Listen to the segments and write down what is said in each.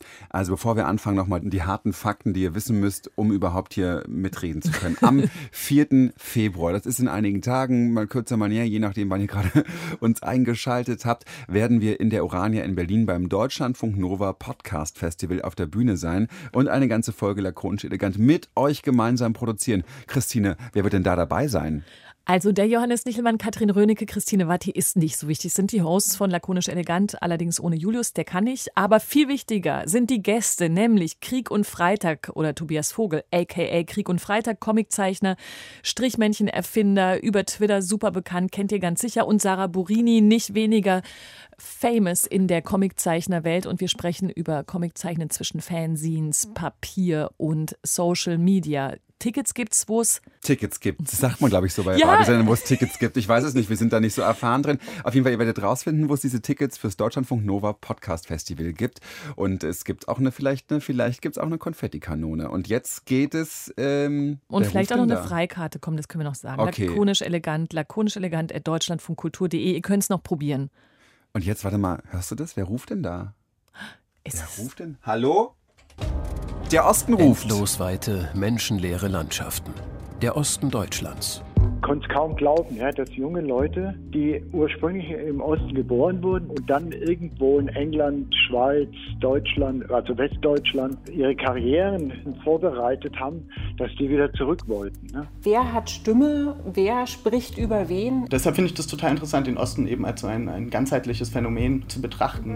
Also bevor wir anfangen, nochmal die harten Fakten, die ihr wissen müsst, um überhaupt hier mitreden zu können. Am 4. Februar, das ist in einigen Tagen, mal kürzer, mal näher, je nachdem, wann ihr gerade uns eingeschaltet habt, werden wir in der Urania in Berlin beim Deutschlandfunk Nova Podcast Festival auf der Bühne sein und eine ganze Folge Lakonisch Elegant mit euch gemeinsam produzieren. Christine, wer wird denn da dabei sein? Also der Johannes Nichelmann, Katrin Rönecke, Christine Watti ist nicht so wichtig. Sind die Hosts von Lakonisch Elegant, allerdings ohne Julius, der kann nicht. Aber viel wichtiger sind die Gäste, nämlich Krieg und Freitag oder Tobias Vogel, a.k.a. Krieg und Freitag, Comiczeichner, Strichmännchenerfinder, über Twitter super bekannt, kennt ihr ganz sicher. Und Sarah Burini, nicht weniger famous in der Comiczeichnerwelt. Und wir sprechen über Comiczeichnen zwischen Fanzines, Papier und Social Media. Tickets gibt's, wo es Tickets gibt. Das sagt man, glaube ich, so bei Radiosendern, wo es Tickets gibt. Ich weiß es nicht, wir sind da nicht so erfahren drin. Auf jeden Fall, ihr werdet rausfinden, wo es diese Tickets fürs Deutschlandfunk Nova Podcast Festival gibt. Und es gibt auch vielleicht gibt es auch eine Konfettikanone. Und jetzt geht es und vielleicht auch noch eine Freikarte, komm, das können wir noch sagen. Okay. Lakonisch Elegant @deutschlandfunkkultur.de. Ihr könnt es noch probieren. Und jetzt, warte mal, hörst du das? Wer ruft denn da? Wer ruft denn? Hallo? Der Osten ruft. Endlosweite, menschenleere Landschaften. Der Osten Deutschlands. Ich konnte es kaum glauben, dass junge Leute, die ursprünglich im Osten geboren wurden und dann irgendwo in England, Schweiz, Deutschland, also Westdeutschland, ihre Karrieren vorbereitet haben, dass die wieder zurück wollten. Ne? Wer hat Stimme? Wer spricht über wen? Deshalb finde ich das total interessant, den Osten eben als so ein ganzheitliches Phänomen zu betrachten.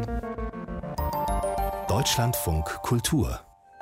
Deutschlandfunk Kultur.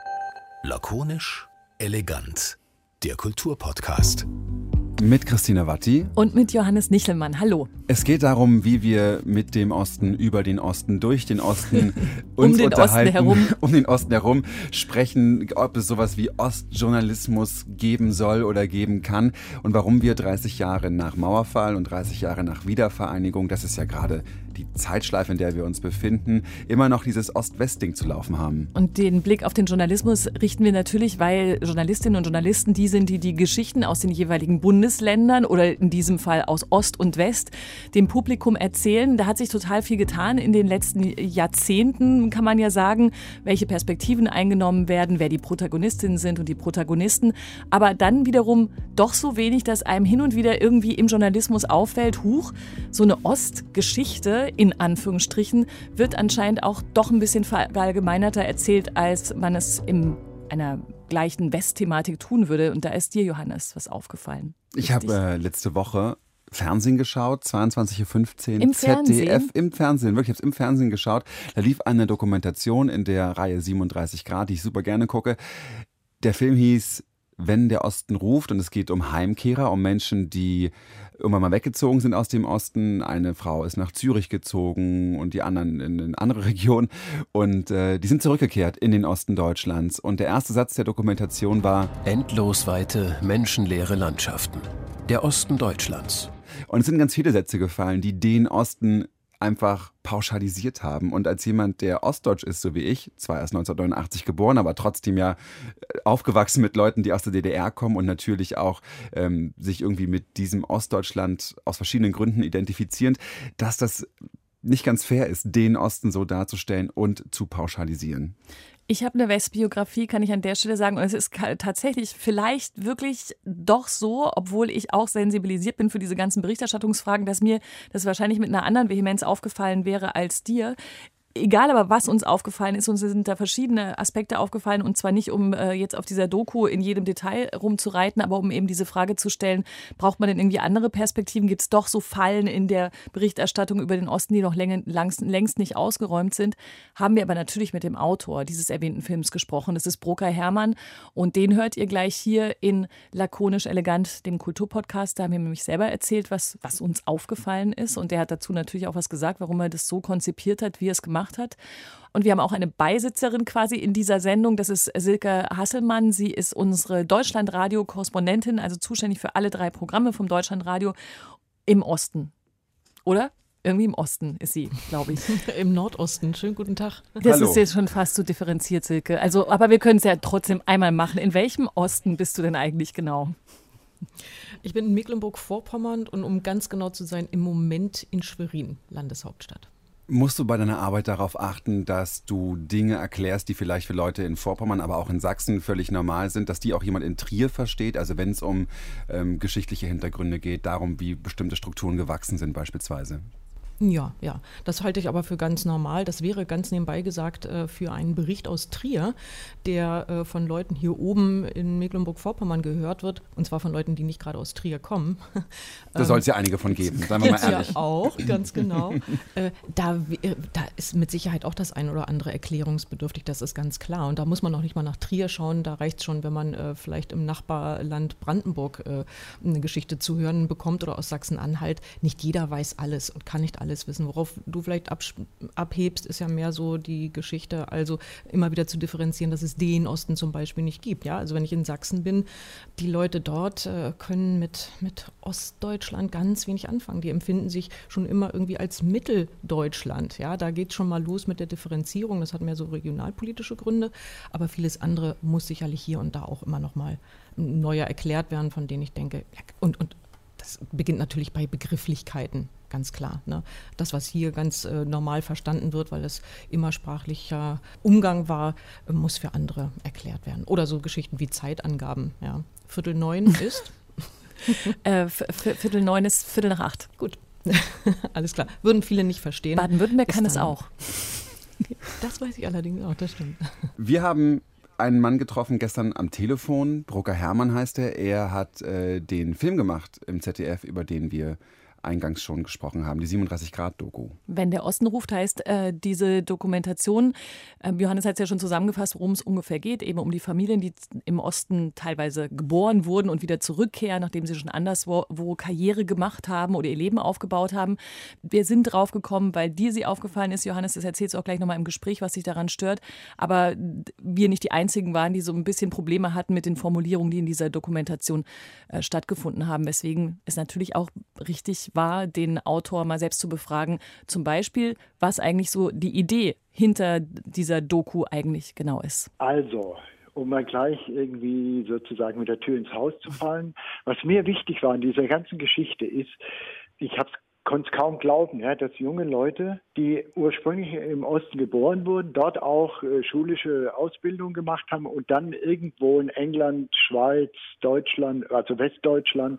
Lakonisch Elegant. Der Kulturpodcast. Mit Christina Watti. Und mit Johannes Nichelmann. Hallo. Es geht darum, wie wir mit dem Osten, über den Osten, durch den Osten uns unterhalten. Um den Osten herum sprechen, ob es sowas wie Ostjournalismus geben soll oder geben kann. Und warum wir 30 Jahre nach Mauerfall und 30 Jahre nach Wiedervereinigung, das ist ja gerade die Zeitschleife, in der wir uns befinden, immer noch dieses Ost-West-Ding zu laufen haben. Und den Blick auf den Journalismus richten wir natürlich, weil Journalistinnen und Journalisten die sind, die Geschichten aus den jeweiligen Bundesländern oder in diesem Fall aus Ost und West dem Publikum erzählen. Da hat sich total viel getan in den letzten Jahrzehnten, kann man ja sagen, welche Perspektiven eingenommen werden, wer die Protagonistinnen sind und die Protagonisten. Aber dann wiederum doch so wenig, dass einem hin und wieder irgendwie im Journalismus auffällt, so eine Ostgeschichte in Anführungsstrichen, wird anscheinend auch doch ein bisschen verallgemeinerter erzählt, als man es in einer gleichen West-Thematik tun würde. Und da ist dir, Johannes, was aufgefallen. Ich habe letzte Woche Fernsehen geschaut, 22:15 Uhr, Im ZDF, im Fernsehen, wirklich, ich habe es im Fernsehen geschaut. Da lief eine Dokumentation in der Reihe 37 Grad, die ich super gerne gucke. Der Film hieß Wenn der Osten ruft und es geht um Heimkehrer, um Menschen, die irgendwann mal weggezogen sind aus dem Osten. Eine Frau ist nach Zürich gezogen und die anderen in eine andere Region und die sind zurückgekehrt in den Osten Deutschlands. Und der erste Satz der Dokumentation war: Endlosweite, menschenleere Landschaften. Der Osten Deutschlands. Und es sind ganz viele Sätze gefallen, die den Osten einfach pauschalisiert haben. Und als jemand, der ostdeutsch ist, so wie ich, zwar erst 1989 geboren, aber trotzdem ja aufgewachsen mit Leuten, die aus der DDR kommen und natürlich auch sich irgendwie mit diesem Ostdeutschland aus verschiedenen Gründen identifizierend, dass das nicht ganz fair ist, den Osten so darzustellen und zu pauschalisieren. Ich habe eine Westbiografie, kann ich an der Stelle sagen. Und es ist tatsächlich vielleicht wirklich doch so, obwohl ich auch sensibilisiert bin für diese ganzen Berichterstattungsfragen, dass mir das wahrscheinlich mit einer anderen Vehemenz aufgefallen wäre als dir. Egal aber, was uns aufgefallen ist, uns sind da verschiedene Aspekte aufgefallen und zwar nicht, um jetzt auf dieser Doku in jedem Detail rumzureiten, aber um eben diese Frage zu stellen, braucht man denn irgendwie andere Perspektiven? Gibt es doch so Fallen in der Berichterstattung über den Osten, die noch längst nicht ausgeräumt sind? Haben wir aber natürlich mit dem Autor dieses erwähnten Films gesprochen. Das ist Brokay Herrmann und den hört ihr gleich hier in Lakonisch Elegant, dem Kulturpodcast. Da haben wir nämlich selber erzählt, was uns aufgefallen ist und der hat dazu natürlich auch was gesagt, warum er das so konzipiert hat, wie er es gemacht hat. Und wir haben auch eine Beisitzerin quasi in dieser Sendung. Das ist Silke Hasselmann. Sie ist unsere Deutschlandradio-Korrespondentin, also zuständig für alle 3 Programme vom Deutschlandradio im Osten. Oder? Irgendwie im Osten ist sie, glaube ich. Im Nordosten. Schönen guten Tag. Das ist jetzt schon fast so differenziert, Silke. Also, aber wir können es ja trotzdem einmal machen. In welchem Osten bist du denn eigentlich genau? Ich bin in Mecklenburg-Vorpommern und um ganz genau zu sein, im Moment in Schwerin, Landeshauptstadt. Musst du bei deiner Arbeit darauf achten, dass du Dinge erklärst, die vielleicht für Leute in Vorpommern, aber auch in Sachsen völlig normal sind, dass die auch jemand in Trier versteht? Also wenn es um geschichtliche Hintergründe geht, darum, wie bestimmte Strukturen gewachsen sind beispielsweise. Ja, das halte ich aber für ganz normal. Das wäre ganz nebenbei gesagt für einen Bericht aus Trier, der von Leuten hier oben in Mecklenburg-Vorpommern gehört wird, und zwar von Leuten, die nicht gerade aus Trier kommen. Da soll es ja einige von geben, seien wir mal ehrlich. Ja auch, ganz genau. Da ist mit Sicherheit auch das ein oder andere erklärungsbedürftig, das ist ganz klar. Und da muss man noch nicht mal nach Trier schauen, da reicht es schon, wenn man vielleicht im Nachbarland Brandenburg eine Geschichte zu hören bekommt oder aus Sachsen-Anhalt. Nicht jeder weiß alles und kann nicht alles wissen. Worauf du vielleicht abhebst, ist ja mehr so die Geschichte, also immer wieder zu differenzieren, dass es den Osten zum Beispiel nicht gibt. Ja? Also wenn ich in Sachsen bin, die Leute dort können mit Ostdeutschland ganz wenig anfangen. Die empfinden sich schon immer irgendwie als Mitteldeutschland. Ja? Da geht es schon mal los mit der Differenzierung. Das hat mehr so regionalpolitische Gründe, aber vieles andere muss sicherlich hier und da auch immer noch mal neuer erklärt werden, von denen ich denke, und das beginnt natürlich bei Begrifflichkeiten, ganz klar. Ne? Das, was hier ganz normal verstanden wird, weil es immer sprachlicher Umgang war, muss für andere erklärt werden. Oder so Geschichten wie Zeitangaben. Ja. 8:45 ist? 7:45 ist 7:45. Gut, alles klar. Würden viele nicht verstehen. Baden-Württemberg kann es auch. Das weiß ich allerdings auch, das stimmt. Wir haben einen Mann getroffen gestern am Telefon, Brucker Hermann heißt er. Er hat den Film gemacht im ZDF, über den wir eingangs schon gesprochen haben, die 37-Grad-Doku. Wenn der Osten ruft, heißt diese Dokumentation, Johannes hat es ja schon zusammengefasst, worum es ungefähr geht, eben um die Familien, die im Osten teilweise geboren wurden und wieder zurückkehren, nachdem sie schon anderswo Karriere gemacht haben oder ihr Leben aufgebaut haben. Wir sind drauf gekommen, weil dir sie aufgefallen ist, Johannes, das erzählst du auch gleich nochmal im Gespräch, was dich daran stört, aber wir nicht die Einzigen waren, die so ein bisschen Probleme hatten mit den Formulierungen, die in dieser Dokumentation stattgefunden haben, weswegen es natürlich auch richtig war, den Autor mal selbst zu befragen. Zum Beispiel, was eigentlich so die Idee hinter dieser Doku eigentlich genau ist. Also, um mal gleich irgendwie sozusagen mit der Tür ins Haus zu fallen, was mir wichtig war in dieser ganzen Geschichte ist, ich konnte es kaum glauben, ja, dass junge Leute, die ursprünglich im Osten geboren wurden, dort auch schulische Ausbildung gemacht haben und dann irgendwo in England, Schweiz, Deutschland, also Westdeutschland,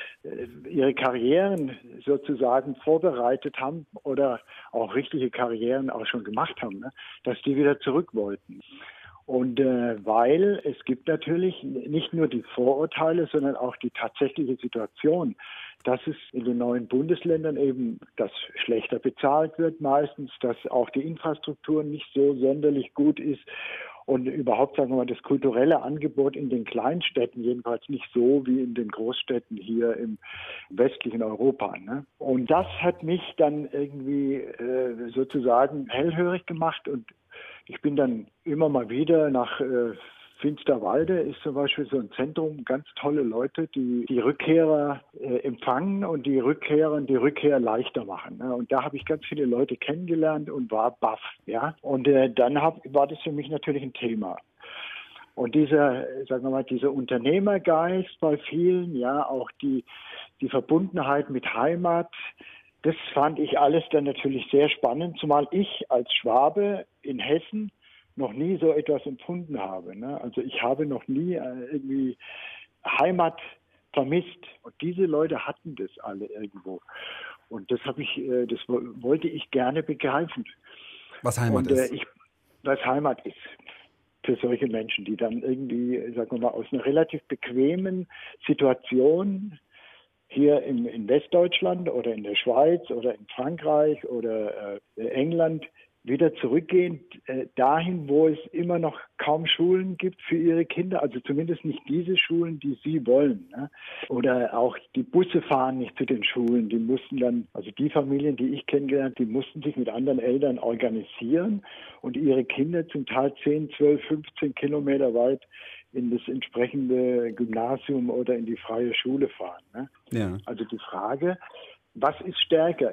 ihre Karrieren sozusagen vorbereitet haben oder auch richtige Karrieren auch schon gemacht haben, ne, dass die wieder zurück wollten. Und weil es gibt natürlich nicht nur die Vorurteile, sondern auch die tatsächliche Situation, dass es in den neuen Bundesländern eben, dass schlechter bezahlt wird meistens, dass auch die Infrastruktur nicht so sonderlich gut ist und überhaupt, sagen wir mal, das kulturelle Angebot in den Kleinstädten jedenfalls nicht so wie in den Großstädten hier im westlichen Europa. Ne? Und das hat mich dann irgendwie sozusagen hellhörig gemacht und ich bin dann immer mal wieder nach Finsterwalde, ist zum Beispiel so ein Zentrum, ganz tolle Leute, die Rückkehrer empfangen und die Rückkehr leichter machen. Ne? Und da habe ich ganz viele Leute kennengelernt und war baff. Ja? Und dann war das für mich natürlich ein Thema. Und dieser Unternehmergeist bei vielen, ja, auch die Verbundenheit mit Heimat, das fand ich alles dann natürlich sehr spannend, zumal ich als Schwabe in Hessen noch nie so etwas empfunden habe. Ne? Also ich habe noch nie irgendwie Heimat vermisst. Und diese Leute hatten das alle irgendwo. Und das wollte ich gerne begreifen. Was Heimat ist? Was Heimat ist für solche Menschen, die dann irgendwie, sagen wir mal, aus einer relativ bequemen Situation hier in Westdeutschland oder in der Schweiz oder in Frankreich oder England wieder zurückgehen, dahin, wo es immer noch kaum Schulen gibt für ihre Kinder, also zumindest nicht diese Schulen, die sie wollen. Ne? Oder auch die Busse fahren nicht zu den Schulen, die mussten dann, also die Familien, die ich kennengelernt, die mussten sich mit anderen Eltern organisieren und ihre Kinder zum Teil 10, 12, 15 Kilometer weit in das entsprechende Gymnasium oder in die freie Schule fahren. Ne? Ja. Also die Frage, was ist stärker?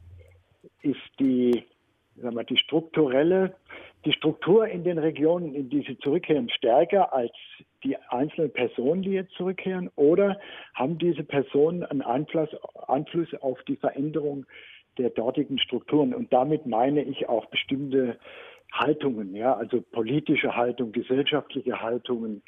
Ist die Struktur in den Regionen, in die sie zurückkehren, stärker als die einzelnen Personen, die jetzt zurückkehren? Oder haben diese Personen einen Einfluss auf die Veränderung der dortigen Strukturen. Und damit meine ich auch bestimmte Haltungen, ja, also politische Haltung, gesellschaftliche Haltungen.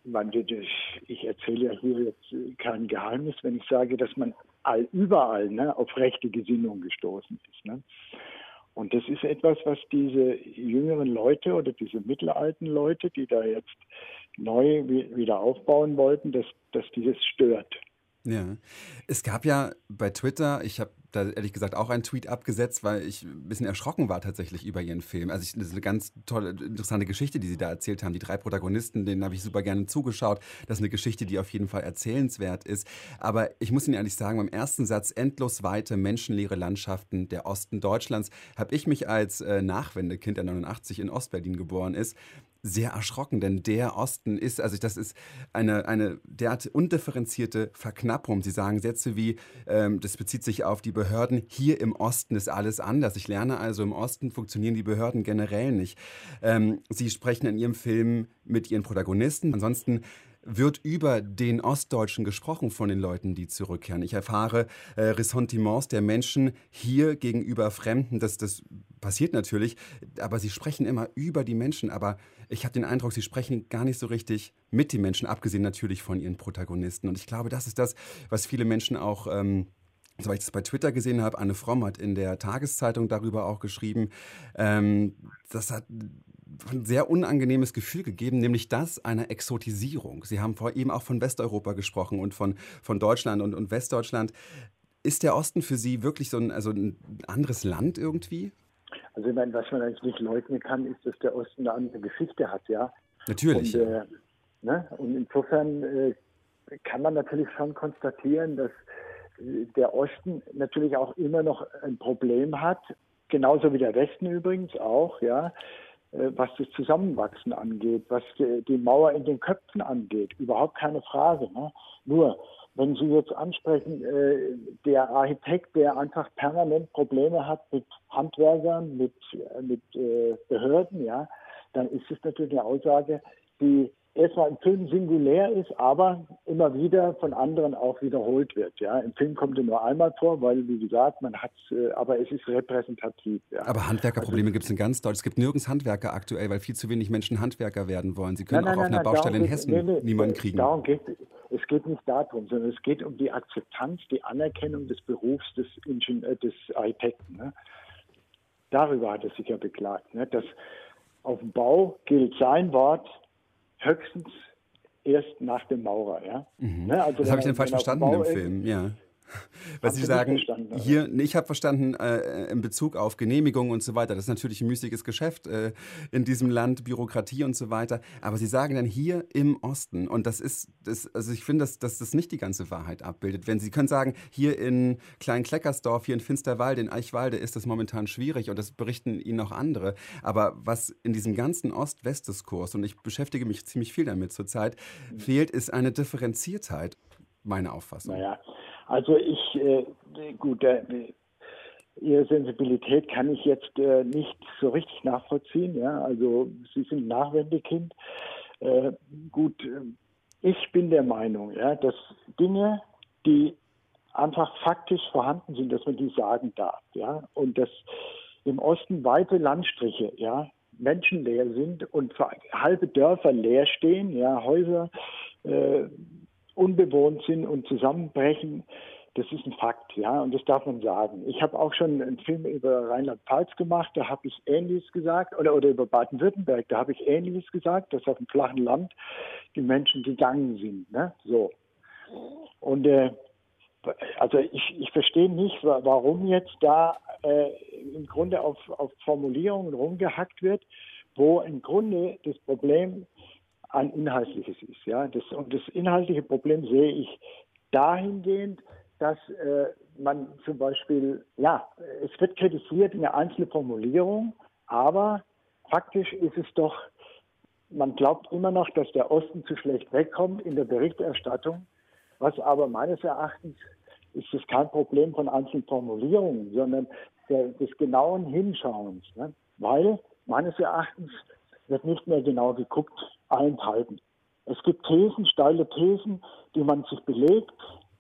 Ich erzähle ja hier jetzt kein Geheimnis, wenn ich sage, dass man überall, ne, auf rechte Gesinnung gestoßen ist. Ne? Und das ist etwas, was diese jüngeren Leute oder diese mittelalten Leute, die da jetzt neu wieder aufbauen wollten, dass dieses stört. Ja, es gab ja bei Twitter, ich habe da ehrlich gesagt auch einen Tweet abgesetzt, weil ich ein bisschen erschrocken war tatsächlich über Ihren Film. Also das ist eine ganz tolle, interessante Geschichte, die Sie da erzählt haben. Die 3 Protagonisten, denen habe ich super gerne zugeschaut. Das ist eine Geschichte, die auf jeden Fall erzählenswert ist. Aber ich muss Ihnen ehrlich sagen, beim ersten Satz, endlos weite, menschenleere Landschaften, der Osten Deutschlands, habe ich mich als Nachwendekind, der 89 in Ostberlin geboren ist, sehr erschrocken, denn der Osten ist, also das ist eine derart undifferenzierte Verknappung. Sie sagen Sätze wie, das bezieht sich auf die Behörden, hier im Osten ist alles anders. Ich lerne also, im Osten funktionieren die Behörden generell nicht. Sie sprechen in Ihrem Film mit Ihren Protagonisten. Ansonsten wird über den Ostdeutschen gesprochen von den Leuten, die zurückkehren. Ich erfahre Ressentiments der Menschen hier gegenüber Fremden. Das passiert natürlich, aber sie sprechen immer über die Menschen. Aber ich habe den Eindruck, sie sprechen gar nicht so richtig mit den Menschen, abgesehen natürlich von ihren Protagonisten. Und ich glaube, das ist das, was viele Menschen auch... Soweit ich das bei Twitter gesehen habe, Anne Fromm hat in der Tageszeitung darüber auch geschrieben, das hat ein sehr unangenehmes Gefühl gegeben, nämlich das einer Exotisierung. Sie haben eben auch von Westeuropa gesprochen und von Deutschland und Westdeutschland. Ist der Osten für Sie wirklich so ein anderes Land irgendwie? Also ich meine, was man eigentlich nicht leugnen kann, ist, dass der Osten eine andere Geschichte hat, ja. Natürlich. Und insofern kann man natürlich schon konstatieren, dass der Osten natürlich auch immer noch ein Problem hat, genauso wie der Westen übrigens auch, ja, was das Zusammenwachsen angeht, was die Mauer in den Köpfen angeht, überhaupt keine Frage. Ne? Nur, wenn Sie jetzt ansprechen, der Architekt, der einfach permanent Probleme hat mit Handwerkern, mit Behörden, ja, dann ist es natürlich eine Aussage, die erstmal im Film singulär ist, aber immer wieder von anderen auch wiederholt wird. Ja, im Film kommt er nur einmal vor, weil, wie gesagt, man hat, aber es ist repräsentativ. Ja. Aber Handwerkerprobleme gibt es in ganz Deutschland. Es gibt nirgends Handwerker aktuell, weil viel zu wenig Menschen Handwerker werden wollen. Sie können auch auf einer Baustelle in Hessen niemanden kriegen. Es geht nicht darum, sondern es geht um die Akzeptanz, die Anerkennung des Berufs des Architekten. Ne? Darüber hat er sich ja beklagt, ne? Dass auf dem Bau gilt sein Wort höchstens erst nach dem Maurer, ja. Mhm. Ne, also das habe ich dann falsch verstanden im Film, ja. Weil Sie sagen, hier, ich habe verstanden, in Bezug auf Genehmigungen und so weiter, das ist natürlich ein müßiges Geschäft in diesem Land, Bürokratie und so weiter, aber Sie sagen dann hier im Osten und also ich finde, dass das nicht die ganze Wahrheit abbildet. Wenn Sie können sagen, hier in Klein-Kleckersdorf, hier in Finsterwalde, in Eichwalde ist das momentan schwierig und das berichten Ihnen auch andere, aber was in diesem ganzen Ost-West-Diskurs, und ich beschäftige mich ziemlich viel damit zurzeit, fehlt, ist eine Differenziertheit, meine Auffassung. Naja, also Ihre Sensibilität kann ich jetzt nicht so richtig nachvollziehen. Ja? Also Sie sind Nachwendekind. Ich bin der Meinung, ja, dass Dinge, die einfach faktisch vorhanden sind, dass man die sagen darf. Ja? Und dass im Osten weite Landstriche, ja, menschenleer sind und halbe Dörfer leer stehen, ja, Häuser unbewohnt sind und zusammenbrechen, das ist ein Fakt, ja, und das darf man sagen. Ich habe auch schon einen Film über Rheinland-Pfalz gemacht, da habe ich Ähnliches gesagt, oder über Baden-Württemberg, da habe ich Ähnliches gesagt, dass auf dem flachen Land die Menschen gegangen sind, ne, so. Und also ich verstehe nicht, warum jetzt da im Grunde auf Formulierungen rumgehackt wird, wo im Grunde das Problem ein inhaltliches ist. Ja? Und das inhaltliche Problem sehe ich dahingehend, dass man zum Beispiel, ja, es wird kritisiert in einer einzelnen Formulierung, aber faktisch ist es doch, man glaubt immer noch, dass der Osten zu schlecht wegkommt in der Berichterstattung, was aber meines Erachtens ist es kein Problem von einzelnen Formulierungen, sondern des genauen Hinschauens. Ne? Weil meines Erachtens wird nicht mehr genau geguckt, allenthalben. Es gibt Thesen, steile Thesen, die man sich belegt,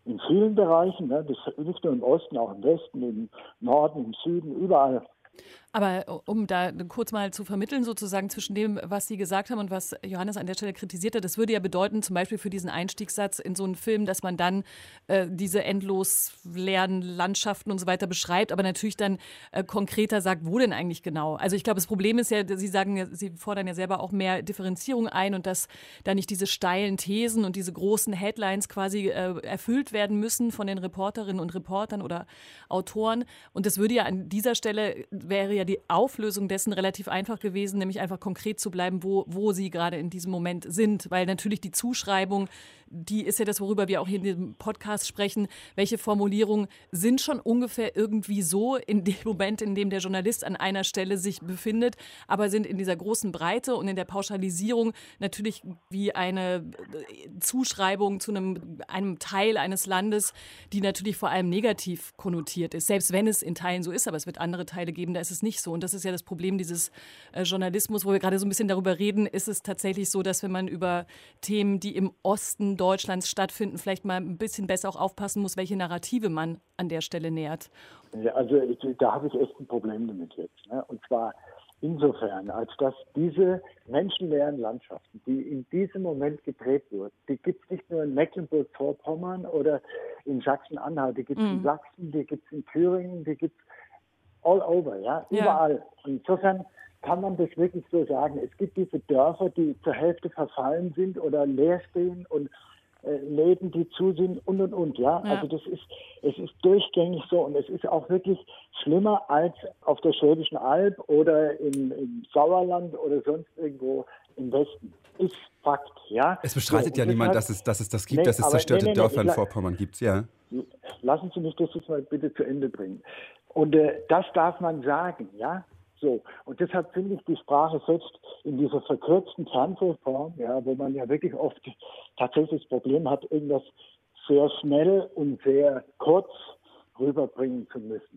In vielen Bereichen, ne, das nicht nur im Osten, auch im Westen, im Norden, im Süden, überall. Aber um da kurz mal zu vermitteln, sozusagen zwischen dem, was Sie gesagt haben und was Johannes an der Stelle kritisiert hat, das würde ja bedeuten, zum Beispiel für diesen Einstiegssatz in so einen Film, dass man dann diese endlos leeren Landschaften und so weiter beschreibt, aber natürlich dann konkreter sagt, wo denn eigentlich genau. Also ich glaube, das Problem ist ja, Sie fordern ja selber auch mehr Differenzierung ein und dass da nicht diese steilen Thesen und diese großen Headlines quasi erfüllt werden müssen von den Reporterinnen und Reportern oder Autoren. Und das würde ja an dieser Stelle, wäre ja die Auflösung dessen relativ einfach gewesen, nämlich einfach konkret zu bleiben, wo sie gerade in diesem Moment sind. Weil natürlich die Zuschreibung, die ist ja das, worüber wir auch hier in diesem Podcast sprechen. Welche Formulierungen sind schon ungefähr irgendwie so in dem Moment, in dem der Journalist an einer Stelle sich befindet, aber sind in dieser großen Breite und in der Pauschalisierung natürlich wie eine Zuschreibung zu einem Teil eines Landes, die natürlich vor allem negativ konnotiert ist. Selbst wenn es in Teilen so ist, aber es wird andere Teile geben, da ist es nicht so. Und das ist ja das Problem dieses Journalismus, wo wir gerade so ein bisschen darüber reden, ist es tatsächlich so, dass wenn man über Themen, die im Osten Deutschlands stattfinden, vielleicht mal ein bisschen besser auch aufpassen muss, welche Narrative man an der Stelle nähert. Ja, also da habe ich echt ein Problem damit jetzt. Ne? Und zwar insofern, als dass diese menschenleeren Landschaften, die in diesem Moment gedreht wurden, die gibt es nicht nur in Mecklenburg-Vorpommern oder in Sachsen-Anhalt, die gibt es in Sachsen, die gibt es in Thüringen, die gibt es all over, ja, überall. Und insofern kann man das wirklich so sagen. Es gibt diese Dörfer, die zur Hälfte verfallen sind oder leer stehen und Läden, die zu sind und, ja. Also es ist durchgängig so und es ist auch wirklich schlimmer als auf der Schwäbischen Alb oder im Sauerland oder sonst irgendwo im Westen. Ist Fakt, ja. Es bestreitet ja niemand, dass es das gibt, dass es zerstörte Dörfer in Vorpommern gibt, ja. Lassen Sie mich das jetzt mal bitte zu Ende bringen. Und das darf man sagen, ja. So. Und deshalb finde ich die Sprache selbst in dieser verkürzten Fernsehform, ja, wo man ja wirklich oft tatsächlich das Problem hat, irgendwas sehr schnell und sehr kurz rüberbringen zu müssen.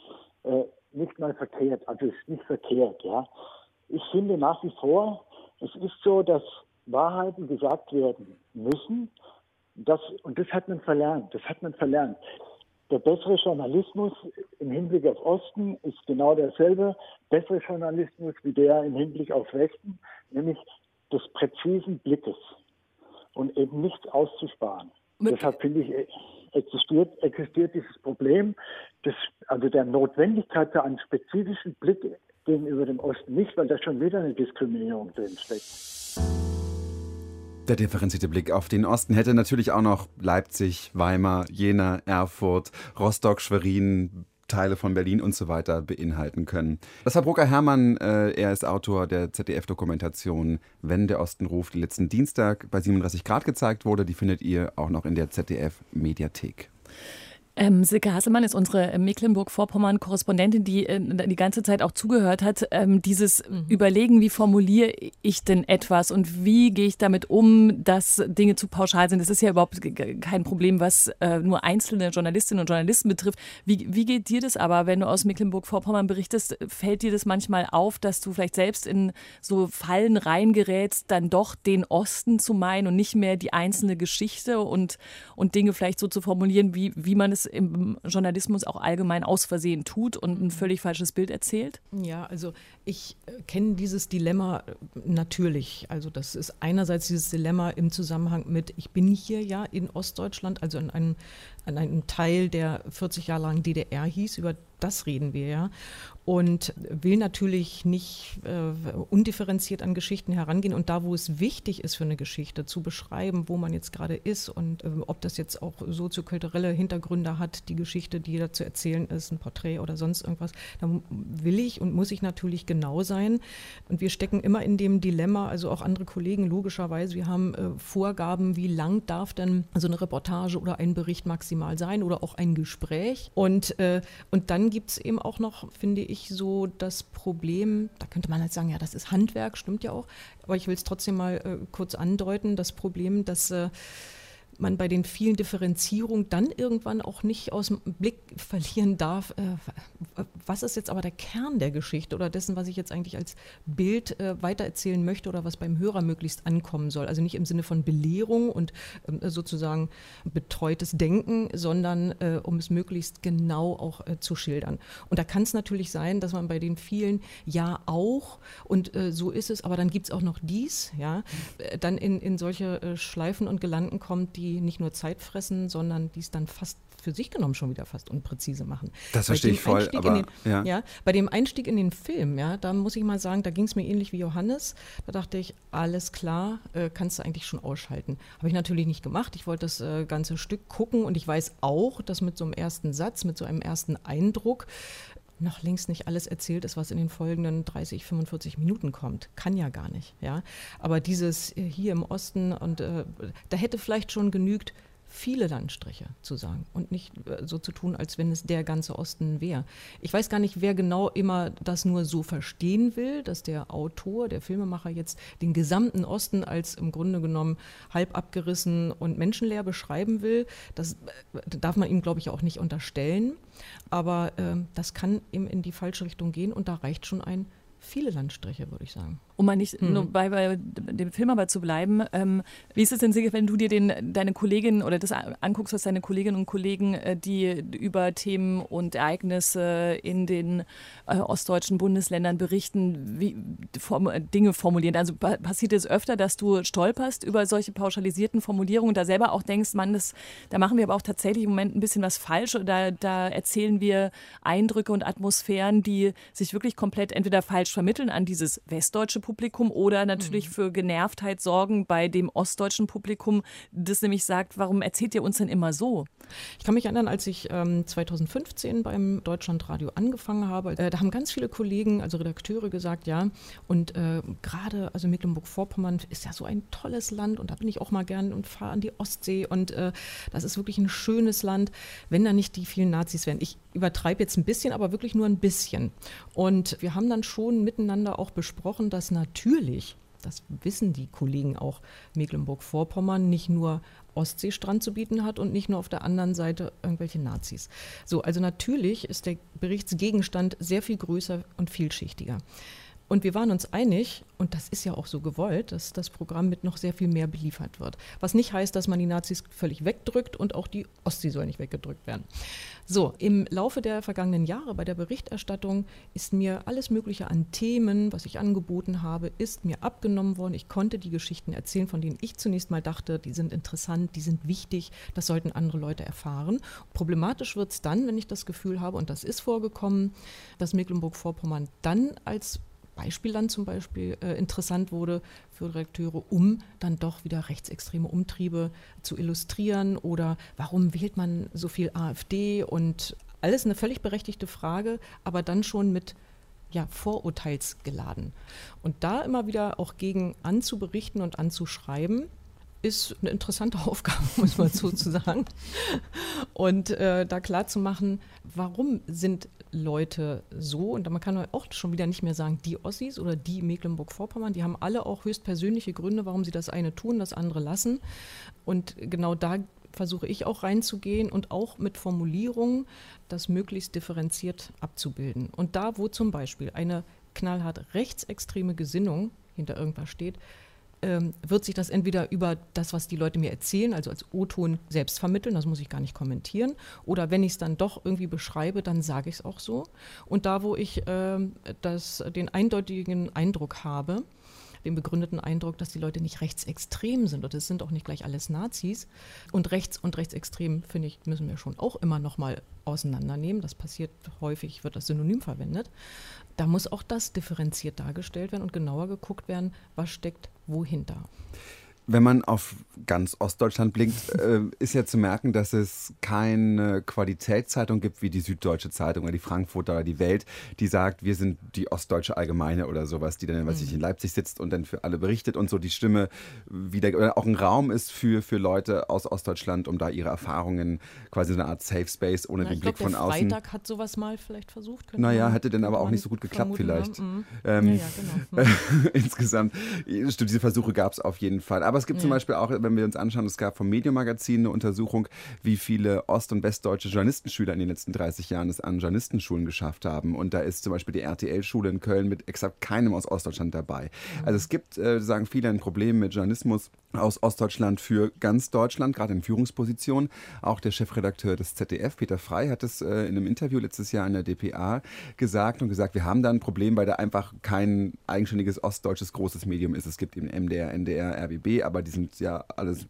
Ne? Nicht mal verkehrt, also es ist nicht verkehrt, ja. Ich finde nach wie vor, es ist so, dass Wahrheiten gesagt werden müssen. Und das hat man verlernt. Der bessere Journalismus im Hinblick auf Osten ist genau derselbe bessere Journalismus wie der im Hinblick auf Westen, nämlich des präzisen Blickes und eben nichts auszusparen. Deshalb finde ich, existiert dieses Problem, also der Notwendigkeit für einen spezifischen Blick gegenüber dem Osten nicht, weil da schon wieder eine Diskriminierung drin steckt. Der differenzierte Blick auf den Osten hätte natürlich auch noch Leipzig, Weimar, Jena, Erfurt, Rostock, Schwerin, Teile von Berlin und so weiter beinhalten können. Das war Brucker-Herrmann, er ist Autor der ZDF-Dokumentation Wenn der Osten ruft, die letzten Dienstag bei 37 Grad gezeigt wurde. Die findet ihr auch noch in der ZDF-Mediathek. Silke Hasselmann ist unsere Mecklenburg-Vorpommern-Korrespondentin, die die ganze Zeit auch zugehört hat. Dieses Überlegen, wie formuliere ich denn etwas und wie gehe ich damit um, dass Dinge zu pauschal sind. Das ist ja überhaupt kein Problem, was nur einzelne Journalistinnen und Journalisten betrifft. Wie geht dir das aber, wenn du aus Mecklenburg-Vorpommern berichtest? Fällt dir das manchmal auf, dass du vielleicht selbst in so Fallen reingerätst, dann doch den Osten zu meinen und nicht mehr die einzelne Geschichte und Dinge vielleicht so zu formulieren, wie man es im Journalismus auch allgemein aus Versehen tut und ein völlig falsches Bild erzählt? Ja, also ich kenne dieses Dilemma natürlich. Also das ist einerseits dieses Dilemma im Zusammenhang mit, ich bin hier ja in Ostdeutschland, also an einem Teil, der 40 Jahre lang DDR hieß, über das reden wir ja. Und will natürlich nicht undifferenziert an Geschichten herangehen. Und da, wo es wichtig ist für eine Geschichte, zu beschreiben, wo man jetzt gerade ist und ob das jetzt auch soziokulturelle Hintergründe hat, die Geschichte, die da zu erzählen ist, ein Porträt oder sonst irgendwas, da will ich und muss ich natürlich genau sein. Und wir stecken immer in dem Dilemma, also auch andere Kollegen logischerweise, wir haben Vorgaben, wie lang darf denn so eine Reportage oder ein Bericht maximal sein oder auch ein Gespräch. Und dann gibt es eben auch noch, finde ich, so das Problem, da könnte man halt sagen, ja, das ist Handwerk, stimmt ja auch, aber ich will es trotzdem mal kurz andeuten, das Problem, dass man bei den vielen Differenzierungen dann irgendwann auch nicht aus dem Blick verlieren darf, was ist jetzt aber der Kern der Geschichte oder dessen, was ich jetzt eigentlich als Bild weitererzählen möchte oder was beim Hörer möglichst ankommen soll. Also nicht im Sinne von Belehrung und sozusagen betreutes Denken, sondern um es möglichst genau auch zu schildern. Und da kann es natürlich sein, dass man bei den vielen ja auch und so ist es, aber dann gibt es auch noch dies, ja, dann in solche Schleifen und Gelanden kommt, die nicht nur Zeit fressen, sondern die es dann fast für sich genommen schon wieder fast unpräzise machen. Das verstehe ich voll, aber bei dem Einstieg in den Film, ja, da muss ich mal sagen, da ging es mir ähnlich wie Johannes. Da dachte ich, alles klar, kannst du eigentlich schon ausschalten. Habe ich natürlich nicht gemacht. Ich wollte das ganze Stück gucken und ich weiß auch, dass mit so einem ersten Satz, mit so einem ersten Eindruck noch längst nicht alles erzählt ist, was in den folgenden 30, 45 Minuten kommt. Kann ja gar nicht, ja. Aber dieses hier im Osten und da hätte vielleicht schon genügt, viele Landstriche zu sagen und nicht so zu tun, als wenn es der ganze Osten wäre. Ich weiß gar nicht, wer genau immer das nur so verstehen will, dass der Autor, der Filmemacher jetzt den gesamten Osten als im Grunde genommen halb abgerissen und menschenleer beschreiben will. Das darf man ihm, glaube ich, auch nicht unterstellen. Aber das kann ihm in die falsche Richtung gehen und da reicht schon viele Landstriche, würde ich sagen. Um mal nicht nur bei dem Film aber zu bleiben, wie ist es denn, Silke, wenn du dir deine Kolleginnen oder das anguckst, was deine Kolleginnen und Kollegen, die über Themen und Ereignisse in den ostdeutschen Bundesländern berichten, wie Dinge formulieren? Also passiert es öfter, dass du stolperst über solche pauschalisierten Formulierungen und da selber auch denkst, Mann, da machen wir aber auch tatsächlich im Moment ein bisschen was falsch oder da erzählen wir Eindrücke und Atmosphären, die sich wirklich komplett entweder falsch vermitteln an dieses westdeutsche Publikum oder natürlich für Genervtheit sorgen bei dem ostdeutschen Publikum, das nämlich sagt, warum erzählt ihr uns denn immer so? Ich kann mich erinnern, als ich 2015 beim Deutschlandradio angefangen habe, da haben ganz viele Kollegen, also Redakteure gesagt, ja, und gerade also Mecklenburg-Vorpommern ist ja so ein tolles Land und da bin ich auch mal gern und fahre an die Ostsee und das ist wirklich ein schönes Land, wenn da nicht die vielen Nazis wären. Ich übertreibe jetzt ein bisschen, aber wirklich nur ein bisschen. Und wir haben dann schon miteinander auch besprochen, dass natürlich, das wissen die Kollegen auch, Mecklenburg-Vorpommern nicht nur Ostseestrand zu bieten hat und nicht nur auf der anderen Seite irgendwelche Nazis. So, also natürlich ist der Berichtsgegenstand sehr viel größer und vielschichtiger. Und wir waren uns einig, und das ist ja auch so gewollt, dass das Programm mit noch sehr viel mehr beliefert wird. Was nicht heißt, dass man die Nazis völlig wegdrückt und auch die Ostsee soll nicht weggedrückt werden. So, im Laufe der vergangenen Jahre bei der Berichterstattung ist mir alles Mögliche an Themen, was ich angeboten habe, ist mir abgenommen worden. Ich konnte die Geschichten erzählen, von denen ich zunächst mal dachte, die sind interessant, die sind wichtig, das sollten andere Leute erfahren. Problematisch wird es dann, wenn ich das Gefühl habe, und das ist vorgekommen, dass Mecklenburg-Vorpommern dann als Beispielland zum Beispiel interessant wurde für Redakteure, um dann doch wieder rechtsextreme Umtriebe zu illustrieren oder warum wählt man so viel AfD und alles eine völlig berechtigte Frage, aber dann schon mit vorurteilsgeladen. Und da immer wieder auch gegen anzuberichten und anzuschreiben, ist eine interessante Aufgabe, muss man so zu sagen. Und da klar zu machen, warum sind Leute so, und man kann auch schon wieder nicht mehr sagen, die Ossis oder die Mecklenburg-Vorpommern, die haben alle auch höchstpersönliche Gründe, warum sie das eine tun, das andere lassen. Und genau da versuche ich auch reinzugehen und auch mit Formulierungen das möglichst differenziert abzubilden. Und da, wo zum Beispiel eine knallhart rechtsextreme Gesinnung hinter irgendwas steht, wird sich das entweder über das, was die Leute mir erzählen, also als O-Ton selbst vermitteln, das muss ich gar nicht kommentieren, oder wenn ich es dann doch irgendwie beschreibe, dann sage ich es auch so. Und da, wo ich den eindeutigen Eindruck habe, den begründeten Eindruck, dass die Leute nicht rechtsextrem sind, und es sind auch nicht gleich alles Nazis, und rechts und rechtsextrem, finde ich, müssen wir schon auch immer noch mal auseinandernehmen. Das passiert häufig, wird das Synonym verwendet. Da muss auch das differenziert dargestellt werden und genauer geguckt werden, was steckt wohinter. Wenn man auf ganz Ostdeutschland blickt, ist ja zu merken, dass es keine Qualitätszeitung gibt wie die Süddeutsche Zeitung oder die Frankfurter oder die Welt, die sagt, wir sind die Ostdeutsche Allgemeine oder sowas, die dann, in Leipzig sitzt und dann für alle berichtet und so die Stimme wieder, oder auch ein Raum ist für Leute aus Ostdeutschland, um da ihre Erfahrungen, quasi eine Art Safe Space ohne den Blick von außen. Freitag hat sowas mal vielleicht versucht. Naja, hätte dann aber auch nicht so gut geklappt vielleicht. Genau. Insgesamt, diese Versuche gab es auf jeden Fall. Aber es gibt zum Beispiel auch, wenn wir uns anschauen, es gab vom Medium-Magazin eine Untersuchung, wie viele ost- und westdeutsche Journalistenschüler in den letzten 30 Jahren es an Journalistenschulen geschafft haben. Und da ist zum Beispiel die RTL-Schule in Köln mit exakt keinem aus Ostdeutschland dabei. Also es gibt, sagen viele, ein Problem mit Journalismus aus Ostdeutschland für ganz Deutschland, gerade in Führungspositionen. Auch der Chefredakteur des ZDF, Peter Frey, hat es in einem Interview letztes Jahr in der dpa gesagt, wir haben da ein Problem, weil da einfach kein eigenständiges ostdeutsches großes Medium ist. Es gibt eben MDR, NDR, RBB, aber die sind ja alles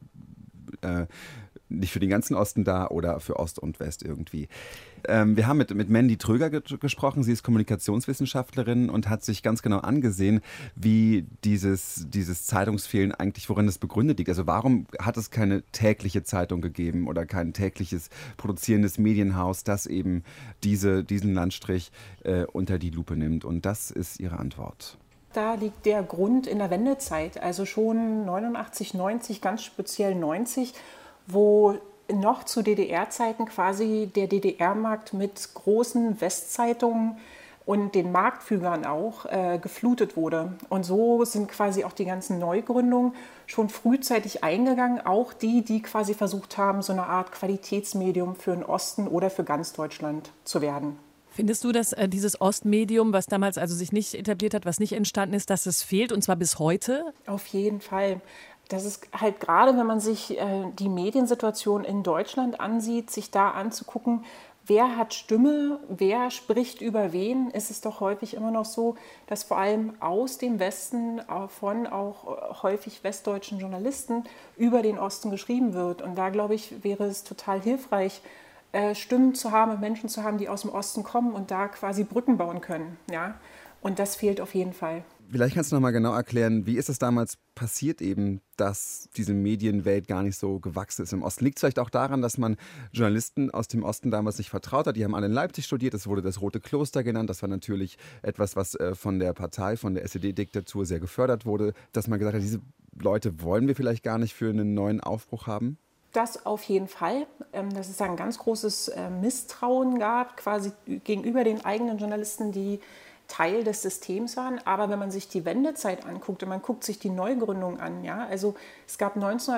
nicht für den ganzen Osten da oder für Ost und West irgendwie. Wir haben mit Mandy Tröger gesprochen. Sie ist Kommunikationswissenschaftlerin und hat sich ganz genau angesehen, wie dieses Zeitungsfehlen eigentlich, worin es begründet liegt. Also warum hat es keine tägliche Zeitung gegeben oder kein tägliches produzierendes Medienhaus, das eben diesen Landstrich unter die Lupe nimmt? Und das ist ihre Antwort. Da liegt der Grund in der Wendezeit, also schon 89, 90, ganz speziell 90, wo noch zu DDR-Zeiten quasi der DDR-Markt mit großen Westzeitungen und den Marktführern auch geflutet wurde. Und so sind quasi auch die ganzen Neugründungen schon frühzeitig eingegangen, auch die quasi versucht haben, so eine Art Qualitätsmedium für den Osten oder für ganz Deutschland zu werden. Findest du, dass dieses Ostmedium, was damals also sich nicht etabliert hat, was nicht entstanden ist, dass es fehlt und zwar bis heute? Auf jeden Fall. Das ist halt gerade, wenn man sich die Mediensituation in Deutschland ansieht, sich da anzugucken, wer hat Stimme, wer spricht über wen, ist es doch häufig immer noch so, dass vor allem aus dem Westen von auch häufig westdeutschen Journalisten über den Osten geschrieben wird. Und da, glaube ich, wäre es total hilfreich, Stimmen zu haben und Menschen zu haben, die aus dem Osten kommen und da quasi Brücken bauen können. Ja? Und das fehlt auf jeden Fall. Vielleicht kannst du noch mal genau erklären, wie ist es damals passiert eben, dass diese Medienwelt gar nicht so gewachsen ist im Osten? Liegt es vielleicht auch daran, dass man Journalisten aus dem Osten damals nicht vertraut hat? Die haben alle in Leipzig studiert, es wurde das Rote Kloster genannt. Das war natürlich etwas, was von der Partei, von der SED-Diktatur sehr gefördert wurde, dass man gesagt hat, diese Leute wollen wir vielleicht gar nicht für einen neuen Aufbruch haben? Das auf jeden Fall, dass es ein ganz großes Misstrauen gab, quasi gegenüber den eigenen Journalisten, die Teil des Systems waren. Aber wenn man sich die Wendezeit anguckt und man guckt sich die Neugründung an, ja, also es gab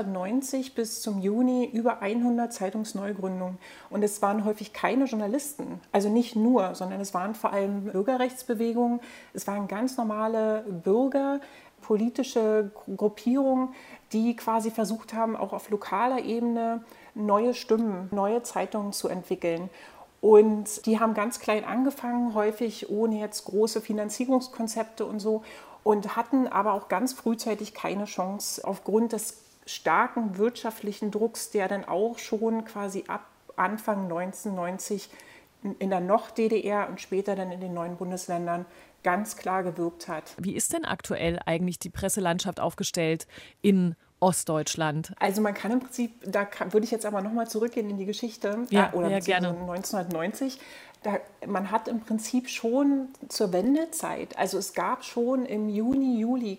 1990 bis zum Juni über 100 Zeitungsneugründungen und es waren häufig keine Journalisten, also nicht nur, sondern es waren vor allem Bürgerrechtsbewegungen, es waren ganz normale Bürger, politische Gruppierungen, die quasi versucht haben, auch auf lokaler Ebene neue Stimmen, neue Zeitungen zu entwickeln. Und die haben ganz klein angefangen, häufig ohne jetzt große Finanzierungskonzepte und so, und hatten aber auch ganz frühzeitig keine Chance aufgrund des starken wirtschaftlichen Drucks, der dann auch schon quasi ab Anfang 1990 in der noch DDR und später dann in den neuen Bundesländern ganz klar gewirkt hat. Wie ist denn aktuell eigentlich die Presselandschaft aufgestellt in Ostdeutschland? Also man kann im Prinzip, würde ich jetzt aber nochmal zurückgehen in die Geschichte, oder gerne. 1990, man hat im Prinzip schon zur Wendezeit, also es gab schon im Juni, Juli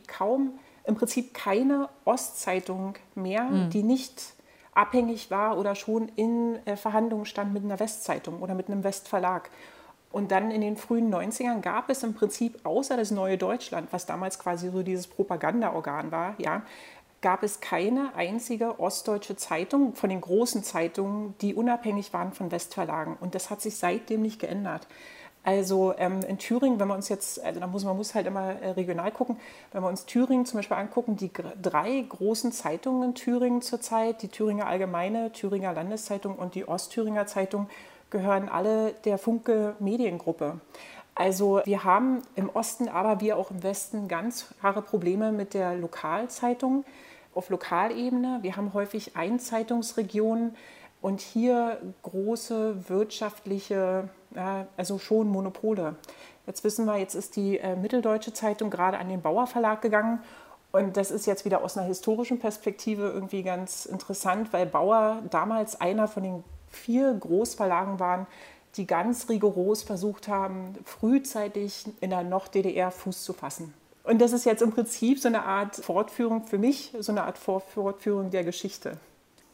im Prinzip keine Ostzeitung mehr, die nicht abhängig war oder schon in Verhandlungen stand mit einer Westzeitung oder mit einem Westverlag. Und dann in den frühen 90ern gab es im Prinzip außer das Neue Deutschland, was damals quasi so dieses Propagandaorgan war, ja, gab es keine einzige ostdeutsche Zeitung von den großen Zeitungen, die unabhängig waren von Westverlagen. Und das hat sich seitdem nicht geändert. Also in Thüringen, wenn wir uns jetzt, also man muss halt immer regional gucken, wenn wir uns Thüringen zum Beispiel angucken, die 3 großen Zeitungen in Thüringen zurzeit, die Thüringer Allgemeine, Thüringer Landeszeitung und die Ostthüringer Zeitung, gehören alle der Funke Mediengruppe. Also wir haben im Osten, aber wir auch im Westen ganz klare Probleme mit der Lokalzeitung auf Lokalebene. Wir haben häufig Einzeitungsregionen und hier große wirtschaftliche, also schon Monopole. Jetzt wissen wir, jetzt ist die Mitteldeutsche Zeitung gerade an den Bauer Verlag gegangen. Und das ist jetzt wieder aus einer historischen Perspektive irgendwie ganz interessant, weil Bauer damals einer von den 4 Großverlagen waren, die ganz rigoros versucht haben, frühzeitig in der noch DDR Fuß zu fassen. Und das ist jetzt im Prinzip so eine Art Fortführung für mich, so eine Art Fortführung der Geschichte.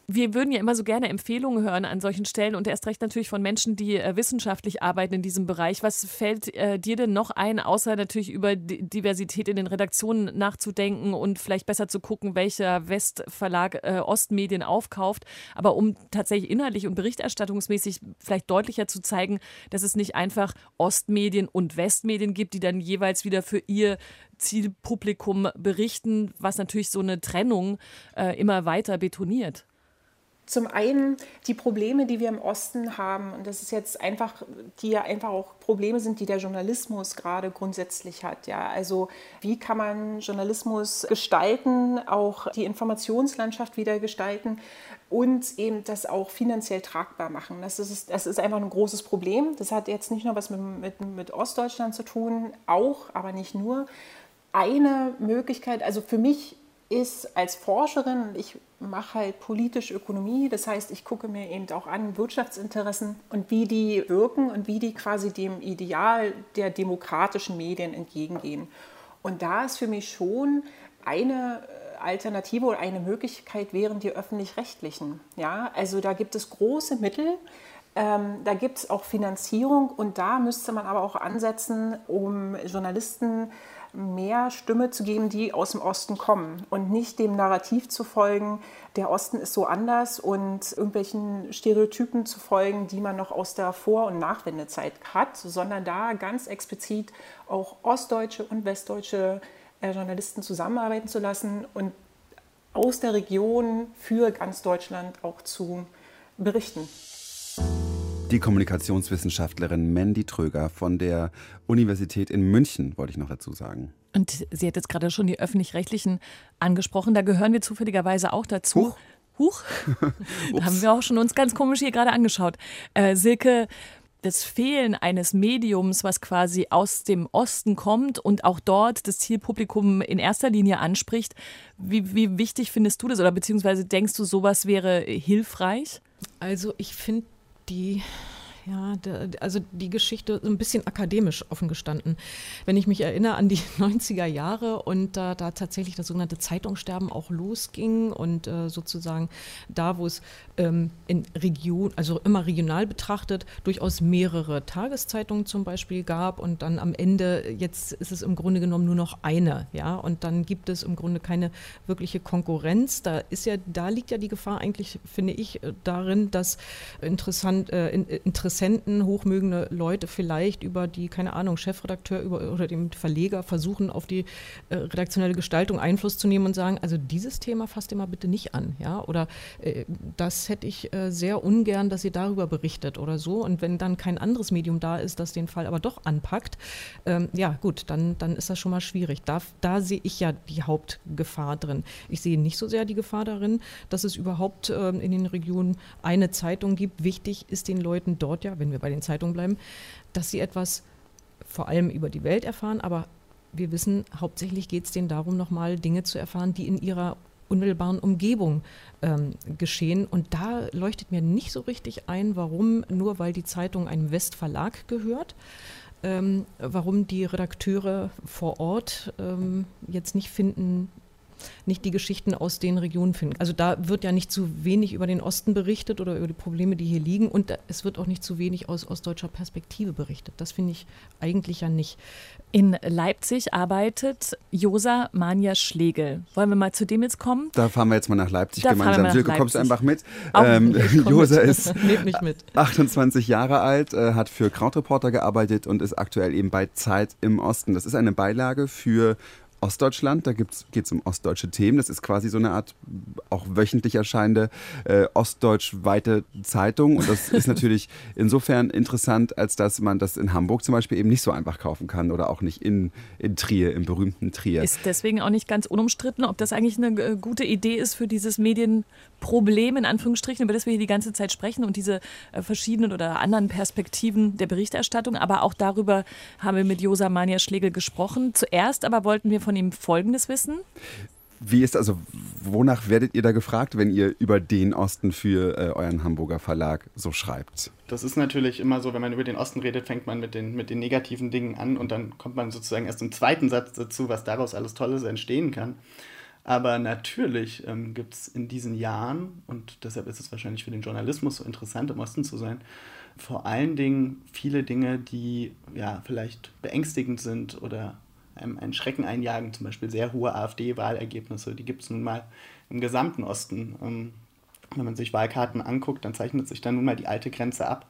Wir würden ja immer so gerne Empfehlungen hören an solchen Stellen und erst recht natürlich von Menschen, die wissenschaftlich arbeiten in diesem Bereich. Was fällt dir denn noch ein, außer natürlich über Diversität in den Redaktionen nachzudenken und vielleicht besser zu gucken, welcher Westverlag Ostmedien aufkauft, aber um tatsächlich inhaltlich und berichterstattungsmäßig vielleicht deutlicher zu zeigen, dass es nicht einfach Ostmedien und Westmedien gibt, die dann jeweils wieder für ihr Zielpublikum berichten, was natürlich so eine Trennung immer weiter betoniert. Zum einen die Probleme, die wir im Osten haben, und das ist jetzt einfach, die ja einfach auch Probleme sind, die der Journalismus gerade grundsätzlich hat. Ja? Also wie kann man Journalismus gestalten, auch die Informationslandschaft wieder gestalten und eben das auch finanziell tragbar machen. Das ist einfach ein großes Problem. Das hat jetzt nicht nur was mit Ostdeutschland zu tun, auch, aber nicht nur. Eine Möglichkeit, also für mich ist als Forscherin, ich mache halt politische Ökonomie, das heißt, ich gucke mir eben auch an Wirtschaftsinteressen und wie die wirken und wie die quasi dem Ideal der demokratischen Medien entgegengehen. Und da ist für mich schon eine Alternative oder eine Möglichkeit wären die öffentlich-rechtlichen. Ja? Also da gibt es große Mittel, da gibt es auch Finanzierung und da müsste man aber auch ansetzen, um Journalisten mehr Stimme zu geben, die aus dem Osten kommen und nicht dem Narrativ zu folgen, der Osten ist so anders und irgendwelchen Stereotypen zu folgen, die man noch aus der Vor- und Nachwendezeit hat, sondern da ganz explizit auch ostdeutsche und westdeutsche Journalisten zusammenarbeiten zu lassen und aus der Region für ganz Deutschland auch zu berichten. Die Kommunikationswissenschaftlerin Mandy Tröger von der Universität in München, wollte ich noch dazu sagen. Und sie hat jetzt gerade schon die Öffentlich-Rechtlichen angesprochen, da gehören wir zufälligerweise auch dazu. Huch. Da haben wir auch schon uns ganz komisch hier gerade angeschaut. Silke, das Fehlen eines Mediums, was quasi aus dem Osten kommt und auch dort das Zielpublikum in erster Linie anspricht, wie wichtig findest du das oder beziehungsweise denkst du, sowas wäre hilfreich? Also ich finde die Geschichte ein bisschen akademisch offen gestanden. Wenn ich mich erinnere an die 90er Jahre und da tatsächlich das sogenannte Zeitungssterben auch losging und sozusagen da, wo es in Region, also immer regional betrachtet, durchaus mehrere Tageszeitungen zum Beispiel gab und dann am Ende, jetzt ist es im Grunde genommen nur noch eine, ja, und dann gibt es im Grunde keine wirkliche Konkurrenz. Da liegt ja die Gefahr eigentlich, finde ich, darin, dass Interessenten, hochmögende Leute vielleicht über die, keine Ahnung, Chefredakteur oder den Verleger versuchen, auf die redaktionelle Gestaltung Einfluss zu nehmen und sagen, also dieses Thema fasst ihr mal bitte nicht an, ja, oder das hätte ich sehr ungern, dass ihr darüber berichtet oder so, und wenn dann kein anderes Medium da ist, das den Fall aber doch anpackt, ja gut, dann ist das schon mal schwierig. Da sehe ich ja die Hauptgefahr drin. Ich sehe nicht so sehr die Gefahr darin, dass es überhaupt in den Regionen eine Zeitung gibt. Wichtig ist den Leuten dort ja, wenn wir bei den Zeitungen bleiben, dass sie etwas vor allem über die Welt erfahren, aber wir wissen, hauptsächlich geht es denen darum, nochmal Dinge zu erfahren, die in ihrer unmittelbaren Umgebung geschehen. Und da leuchtet mir nicht so richtig ein, warum, nur weil die Zeitung einem Westverlag gehört, warum die Redakteure vor Ort jetzt nicht die Geschichten aus den Regionen finden. Also da wird ja nicht zu wenig über den Osten berichtet oder über die Probleme, die hier liegen, und es wird auch nicht zu wenig aus ostdeutscher Perspektive berichtet. Das finde ich eigentlich ja nicht. In Leipzig arbeitet Josa Manja Schlegel. Wollen wir mal zu dem jetzt kommen? Da fahren wir jetzt mal nach Leipzig gemeinsam. Silke, kommst du einfach mit? Josa ist 28 Jahre alt, hat für Krautreporter gearbeitet und ist aktuell eben bei Zeit im Osten. Das ist eine Beilage für Ostdeutschland, da geht es um ostdeutsche Themen. Das ist quasi so eine Art auch wöchentlich erscheinende ostdeutschweite Zeitung. Und das ist natürlich insofern interessant, als dass man das in Hamburg zum Beispiel eben nicht so einfach kaufen kann oder auch nicht in Trier, im berühmten Trier. Ist deswegen auch nicht ganz unumstritten, ob das eigentlich eine gute Idee ist für dieses Medienproblem, in Anführungsstrichen, über das wir hier die ganze Zeit sprechen und diese verschiedenen oder anderen Perspektiven der Berichterstattung. Aber auch darüber haben wir mit Josa Manja Schlegel gesprochen. Zuerst aber wollten wir von ihm Folgendes wissen. Wie ist also, wonach werdet ihr da gefragt, wenn ihr über den Osten für euren Hamburger Verlag so schreibt? Das ist natürlich immer so, wenn man über den Osten redet, fängt man mit den negativen Dingen an und dann kommt man sozusagen erst im zweiten Satz dazu, was daraus alles Tolles entstehen kann. Aber natürlich gibt es in diesen Jahren, und deshalb ist es wahrscheinlich für den Journalismus so interessant, im Osten zu sein, vor allen Dingen viele Dinge, die ja vielleicht beängstigend sind oder einem einen Schrecken einjagen, zum Beispiel sehr hohe AfD-Wahlergebnisse, die gibt es nun mal im gesamten Osten. Wenn man sich Wahlkarten anguckt, dann zeichnet sich da nun mal die alte Grenze ab.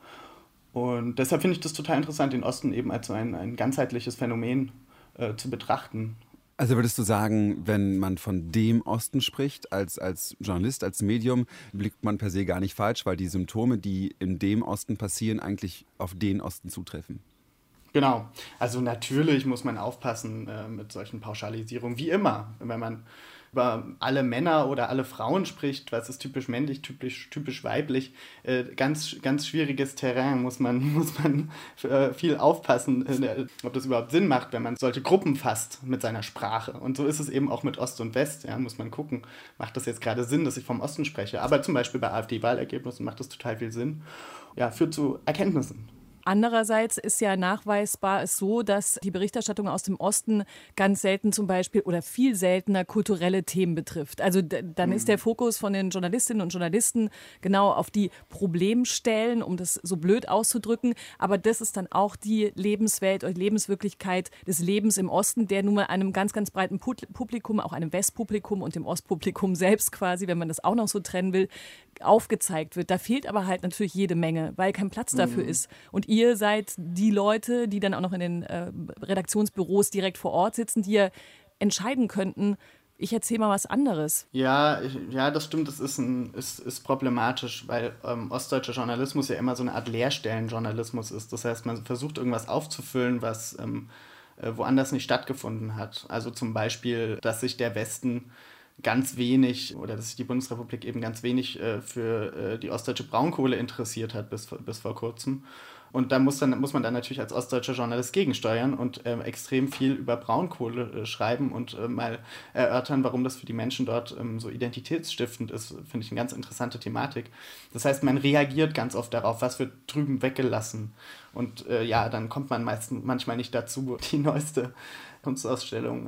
Und deshalb finde ich das total interessant, den Osten eben als so ein ganzheitliches Phänomen zu betrachten. Also würdest du sagen, wenn man von dem Osten spricht, als Journalist, als Medium, blickt man per se gar nicht falsch, weil die Symptome, die in dem Osten passieren, eigentlich auf den Osten zutreffen? Genau. Also natürlich muss man aufpassen mit solchen Pauschalisierungen, wie immer. Wenn man über alle Männer oder alle Frauen spricht, was ist typisch männlich, typisch weiblich, ganz, ganz schwieriges Terrain, muss man viel aufpassen, ob das überhaupt Sinn macht, wenn man solche Gruppen fasst mit seiner Sprache. Und so ist es eben auch mit Ost und West, ja, muss man gucken, macht das jetzt gerade Sinn, dass ich vom Osten spreche. Aber zum Beispiel bei AfD-Wahlergebnissen macht das total viel Sinn. Ja, führt zu Erkenntnissen. Andererseits ist ja nachweisbar es so, dass die Berichterstattung aus dem Osten ganz selten zum Beispiel oder viel seltener kulturelle Themen betrifft. Also dann ist der Fokus von den Journalistinnen und Journalisten genau auf die Problemstellen, um das so blöd auszudrücken. Aber das ist dann auch die Lebenswelt oder Lebenswirklichkeit des Lebens im Osten, der nun mal einem ganz, ganz breiten Publikum, auch einem Westpublikum und dem Ostpublikum selbst quasi, wenn man das auch noch so trennen will, aufgezeigt wird. Da fehlt aber halt natürlich jede Menge, weil kein Platz dafür ist. Und ihr seid die Leute, die dann auch noch in den Redaktionsbüros direkt vor Ort sitzen, die ja entscheiden könnten, ich erzähle mal was anderes. Ja, das stimmt, das ist problematisch, weil ostdeutscher Journalismus ja immer so eine Art Leerstellenjournalismus ist. Das heißt, man versucht irgendwas aufzufüllen, was woanders nicht stattgefunden hat. Also zum Beispiel, dass sich der Westen ganz wenig oder dass sich die Bundesrepublik eben ganz wenig für die ostdeutsche Braunkohle interessiert hat bis vor kurzem. Und da muss man dann natürlich als ostdeutscher Journalist gegensteuern und extrem viel über Braunkohle schreiben und mal erörtern, warum das für die Menschen dort so identitätsstiftend ist, finde ich eine ganz interessante Thematik. Das heißt, man reagiert ganz oft darauf, was wird drüben weggelassen. Und dann kommt man manchmal nicht dazu, die neueste Kunstausstellung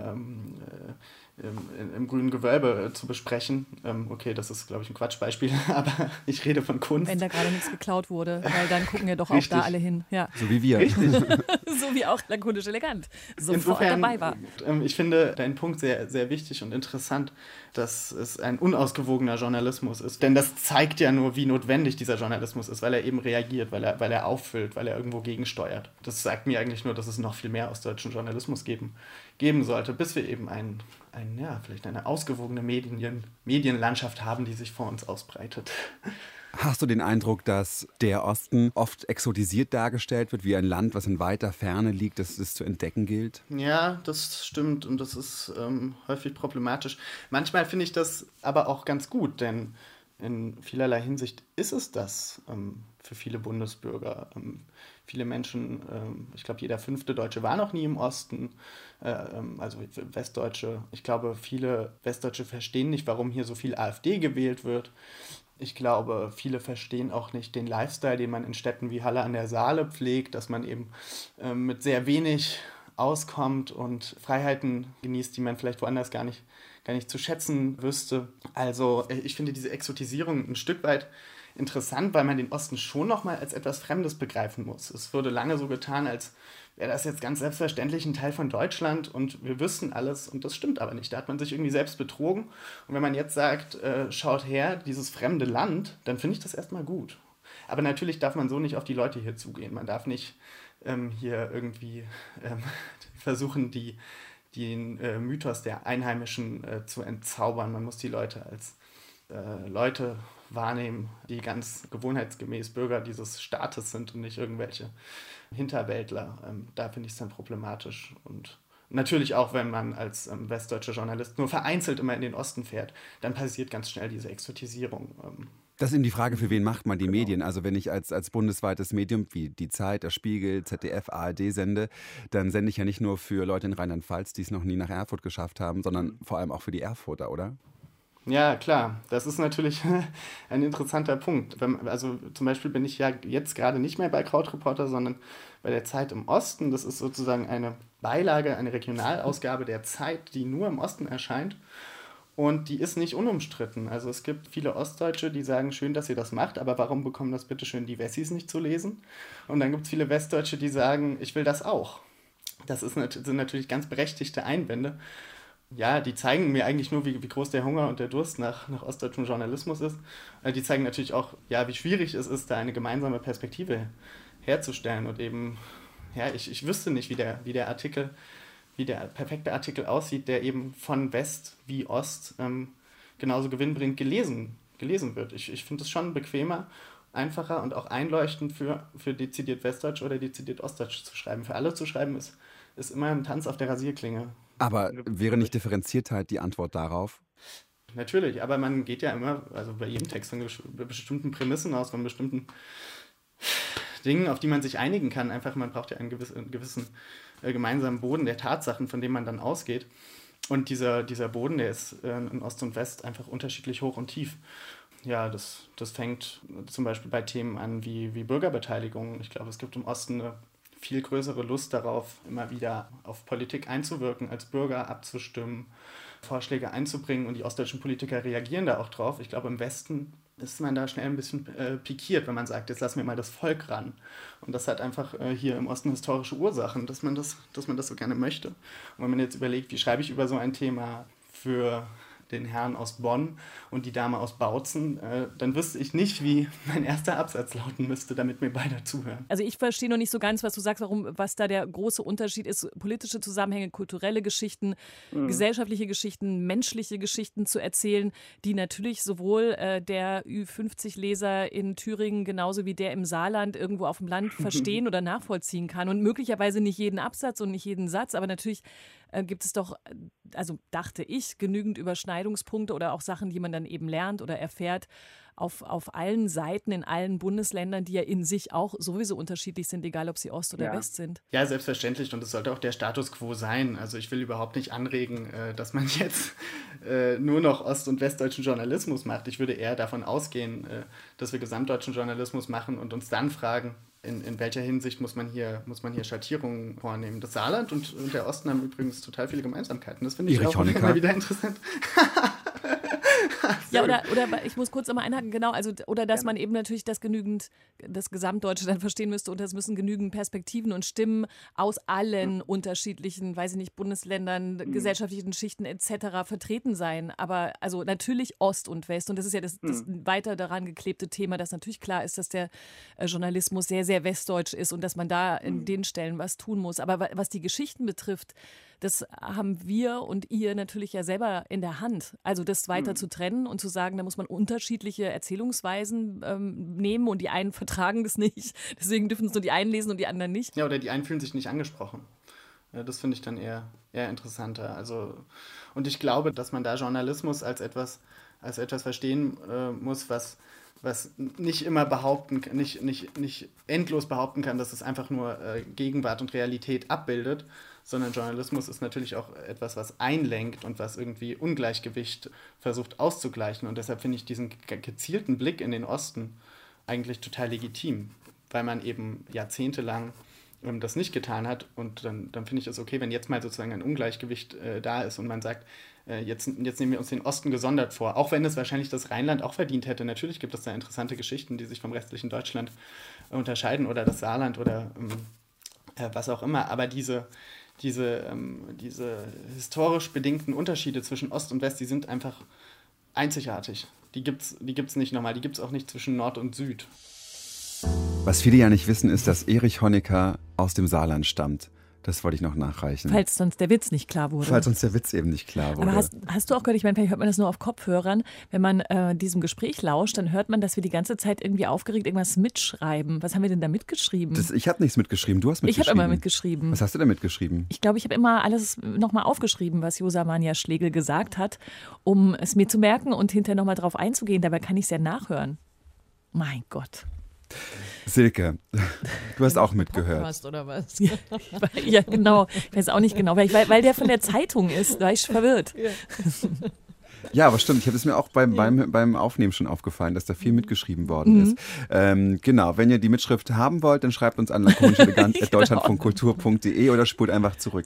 im grünen Gewölbe zu besprechen. Okay, das ist, glaube ich, ein Quatschbeispiel, aber ich rede von Kunst. Wenn da gerade nichts geklaut wurde, weil dann gucken ja doch auch da alle hin. Ja. So wie wir. Richtig. So wie auch lakonisch elegant sofort dabei war. Ich finde deinen Punkt sehr, sehr wichtig und interessant, dass es ein unausgewogener Journalismus ist. Denn das zeigt ja nur, wie notwendig dieser Journalismus ist, weil er eben reagiert, weil er auffüllt, weil er irgendwo gegensteuert. Das sagt mir eigentlich nur, dass es noch viel mehr ostdeutschen Journalismus geben sollte, bis wir eben vielleicht eine ausgewogene Medienlandschaft haben, die sich vor uns ausbreitet. Hast du den Eindruck, dass der Osten oft exotisiert dargestellt wird, wie ein Land, was in weiter Ferne liegt, das es zu entdecken gilt? Ja, das stimmt und das ist häufig problematisch. Manchmal finde ich das aber auch ganz gut, denn in vielerlei Hinsicht ist es das für viele Bundesbürger. Viele Menschen, ich glaube, jeder 5. Deutsche war noch nie im Osten, also Westdeutsche. Ich glaube, viele Westdeutsche verstehen nicht, warum hier so viel AfD gewählt wird. Ich glaube, viele verstehen auch nicht den Lifestyle, den man in Städten wie Halle an der Saale pflegt, dass man eben mit sehr wenig auskommt und Freiheiten genießt, die man vielleicht woanders gar nicht zu schätzen wüsste. Also ich finde diese Exotisierung ein Stück weit interessant, weil man den Osten schon nochmal als etwas Fremdes begreifen muss. Es wurde lange so getan, als wäre das jetzt ganz selbstverständlich ein Teil von Deutschland und wir wüssten alles und das stimmt aber nicht. Da hat man sich irgendwie selbst betrogen und wenn man jetzt sagt, schaut her, dieses fremde Land, dann finde ich das erstmal gut. Aber natürlich darf man so nicht auf die Leute hier zugehen. Man darf nicht hier irgendwie versuchen, den Mythos der Einheimischen zu entzaubern. Man muss die Leute als Leute wahrnehmen, die ganz gewohnheitsgemäß Bürger dieses Staates sind und nicht irgendwelche Hinterwäldler. Da finde ich es dann problematisch. Und natürlich auch, wenn man als westdeutscher Journalist nur vereinzelt immer in den Osten fährt, dann passiert ganz schnell diese Exotisierung. Das ist eben die Frage, für wen macht man die Medien? Also wenn ich als bundesweites Medium wie die Zeit, der Spiegel, ZDF, ARD sende, dann sende ich ja nicht nur für Leute in Rheinland-Pfalz, die es noch nie nach Erfurt geschafft haben, sondern vor allem auch für die Erfurter, oder? Ja, klar. Das ist natürlich ein interessanter Punkt. Also zum Beispiel bin ich ja jetzt gerade nicht mehr bei Krautreporter, sondern bei der Zeit im Osten. Das ist sozusagen eine Beilage, eine Regionalausgabe der Zeit, die nur im Osten erscheint. Und die ist nicht unumstritten. Also es gibt viele Ostdeutsche, die sagen, schön, dass ihr das macht, aber warum bekommen das bitte schön die Wessis nicht zu lesen? Und dann gibt es viele Westdeutsche, die sagen, ich will das auch. Das sind natürlich ganz berechtigte Einwände. Ja, die zeigen mir eigentlich nur, wie groß der Hunger und der Durst nach ostdeutschem Journalismus ist. Die zeigen natürlich auch, ja, wie schwierig es ist, da eine gemeinsame Perspektive herzustellen. Und eben, ja, ich wüsste nicht, wie der perfekte Artikel aussieht, der eben von West wie Ost genauso gewinnbringend gelesen wird. Ich finde es schon bequemer, einfacher und auch einleuchtend für dezidiert Westdeutsch oder dezidiert Ostdeutsch zu schreiben. Für alle zu schreiben ist immer ein Tanz auf der Rasierklinge. Aber wäre nicht Differenziertheit die Antwort darauf? Natürlich, aber man geht ja immer, also bei jedem Text von bestimmten Prämissen aus, von bestimmten Dingen, auf die man sich einigen kann. Einfach, man braucht ja einen gewissen gemeinsamen Boden der Tatsachen, von dem man dann ausgeht. Und dieser Boden, der ist in Ost und West einfach unterschiedlich hoch und tief. Ja, das fängt zum Beispiel bei Themen an wie Bürgerbeteiligung. Ich glaube, es gibt im Osten eine viel größere Lust darauf, immer wieder auf Politik einzuwirken, als Bürger abzustimmen, Vorschläge einzubringen, und die ostdeutschen Politiker reagieren da auch drauf. Ich glaube, im Westen ist man da schnell ein bisschen pikiert, wenn man sagt, jetzt lassen wir mal das Volk ran. Und das hat einfach hier im Osten historische Ursachen, dass man das so gerne möchte. Und wenn man jetzt überlegt, wie schreibe ich über so ein Thema für den Herrn aus Bonn und die Dame aus Bautzen, dann wüsste ich nicht, wie mein erster Absatz lauten müsste, damit mir beide zuhören. Also ich verstehe noch nicht so ganz, was du sagst, was da der große Unterschied ist, politische Zusammenhänge, kulturelle Geschichten, gesellschaftliche Geschichten, menschliche Geschichten zu erzählen, die natürlich sowohl der Ü50-Leser in Thüringen genauso wie der im Saarland irgendwo auf dem Land verstehen oder nachvollziehen kann, und möglicherweise nicht jeden Absatz und nicht jeden Satz, aber natürlich gibt es doch, also dachte ich, genügend Überschneidungspunkte oder auch Sachen, die man dann eben lernt oder erfährt auf allen Seiten in allen Bundesländern, die ja in sich auch sowieso unterschiedlich sind, egal ob sie Ost oder West sind. Ja, selbstverständlich, und es sollte auch der Status quo sein. Also ich will überhaupt nicht anregen, dass man jetzt nur noch ost- und westdeutschen Journalismus macht. Ich würde eher davon ausgehen, dass wir gesamtdeutschen Journalismus machen und uns dann fragen, in welcher Hinsicht muss man hier Schattierungen vornehmen. Das Saarland und der Osten haben übrigens total viele Gemeinsamkeiten. Das finde ich auch immer wieder interessant. Ja, oder ich muss kurz nochmal einhaken, genau, also oder dass man eben natürlich das Gesamtdeutsche dann verstehen müsste, und es müssen genügend Perspektiven und Stimmen aus allen unterschiedlichen, weiß ich nicht, Bundesländern, gesellschaftlichen Schichten etc. vertreten sein. Aber also natürlich Ost und West, und das ist ja das weiter daran geklebte Thema, dass natürlich klar ist, dass der Journalismus sehr, sehr westdeutsch ist und dass man da in den Stellen was tun muss. Aber was die Geschichten betrifft, das haben wir und ihr natürlich ja selber in der Hand. Also das weiter zu trennen und zu sagen, da muss man unterschiedliche Erzählungsweisen nehmen, und die einen vertragen das nicht. Deswegen dürfen es nur die einen lesen und die anderen nicht. Ja, oder die einen fühlen sich nicht angesprochen. Ja, das finde ich dann eher interessanter. Also, und ich glaube, dass man da Journalismus als etwas verstehen muss, was nicht immer nicht endlos behaupten kann, dass es einfach nur Gegenwart und Realität abbildet, sondern Journalismus ist natürlich auch etwas, was einlenkt und was irgendwie Ungleichgewicht versucht auszugleichen. Und deshalb finde ich diesen gezielten Blick in den Osten eigentlich total legitim, weil man eben jahrzehntelang das nicht getan hat. Und dann finde ich es okay, wenn jetzt mal sozusagen ein Ungleichgewicht da ist und man sagt, jetzt nehmen wir uns den Osten gesondert vor, auch wenn es wahrscheinlich das Rheinland auch verdient hätte. Natürlich gibt es da interessante Geschichten, die sich vom restlichen Deutschland unterscheiden, oder das Saarland oder was auch immer. Aber diese historisch bedingten Unterschiede zwischen Ost und West, die sind einfach einzigartig. Die gibt's nicht nochmal, die gibt es auch nicht zwischen Nord und Süd. Was viele ja nicht wissen, ist, dass Erich Honecker aus dem Saarland stammt. Das wollte ich noch nachreichen. Falls sonst der Witz nicht klar wurde. Falls uns der Witz eben nicht klar wurde. Aber hast du auch gehört, ich meine, vielleicht hört man das nur auf Kopfhörern, wenn man diesem Gespräch lauscht, dann hört man, dass wir die ganze Zeit irgendwie aufgeregt irgendwas mitschreiben. Was haben wir denn da mitgeschrieben? Ich habe nichts mitgeschrieben, du hast mitgeschrieben. Ich habe immer mitgeschrieben. Was hast du denn mitgeschrieben? Ich glaube, ich habe immer alles nochmal aufgeschrieben, was Josa Manja Schlegel gesagt hat, um es mir zu merken und hinterher nochmal drauf einzugehen. Dabei kann ich es ja nachhören. Mein Gott. Silke, du hast auch mitgehört. Podcast oder was? Ja, genau. Ich weiß auch nicht genau, weil der von der Zeitung ist. Da war ich verwirrt. Ja. Ja, aber stimmt. Ich habe es mir auch beim Aufnehmen schon aufgefallen, dass da viel mitgeschrieben worden ist. Genau, wenn ihr die Mitschrift haben wollt, dann schreibt uns an lakonischelegant@deutschlandfunkkultur.de oder spult einfach zurück.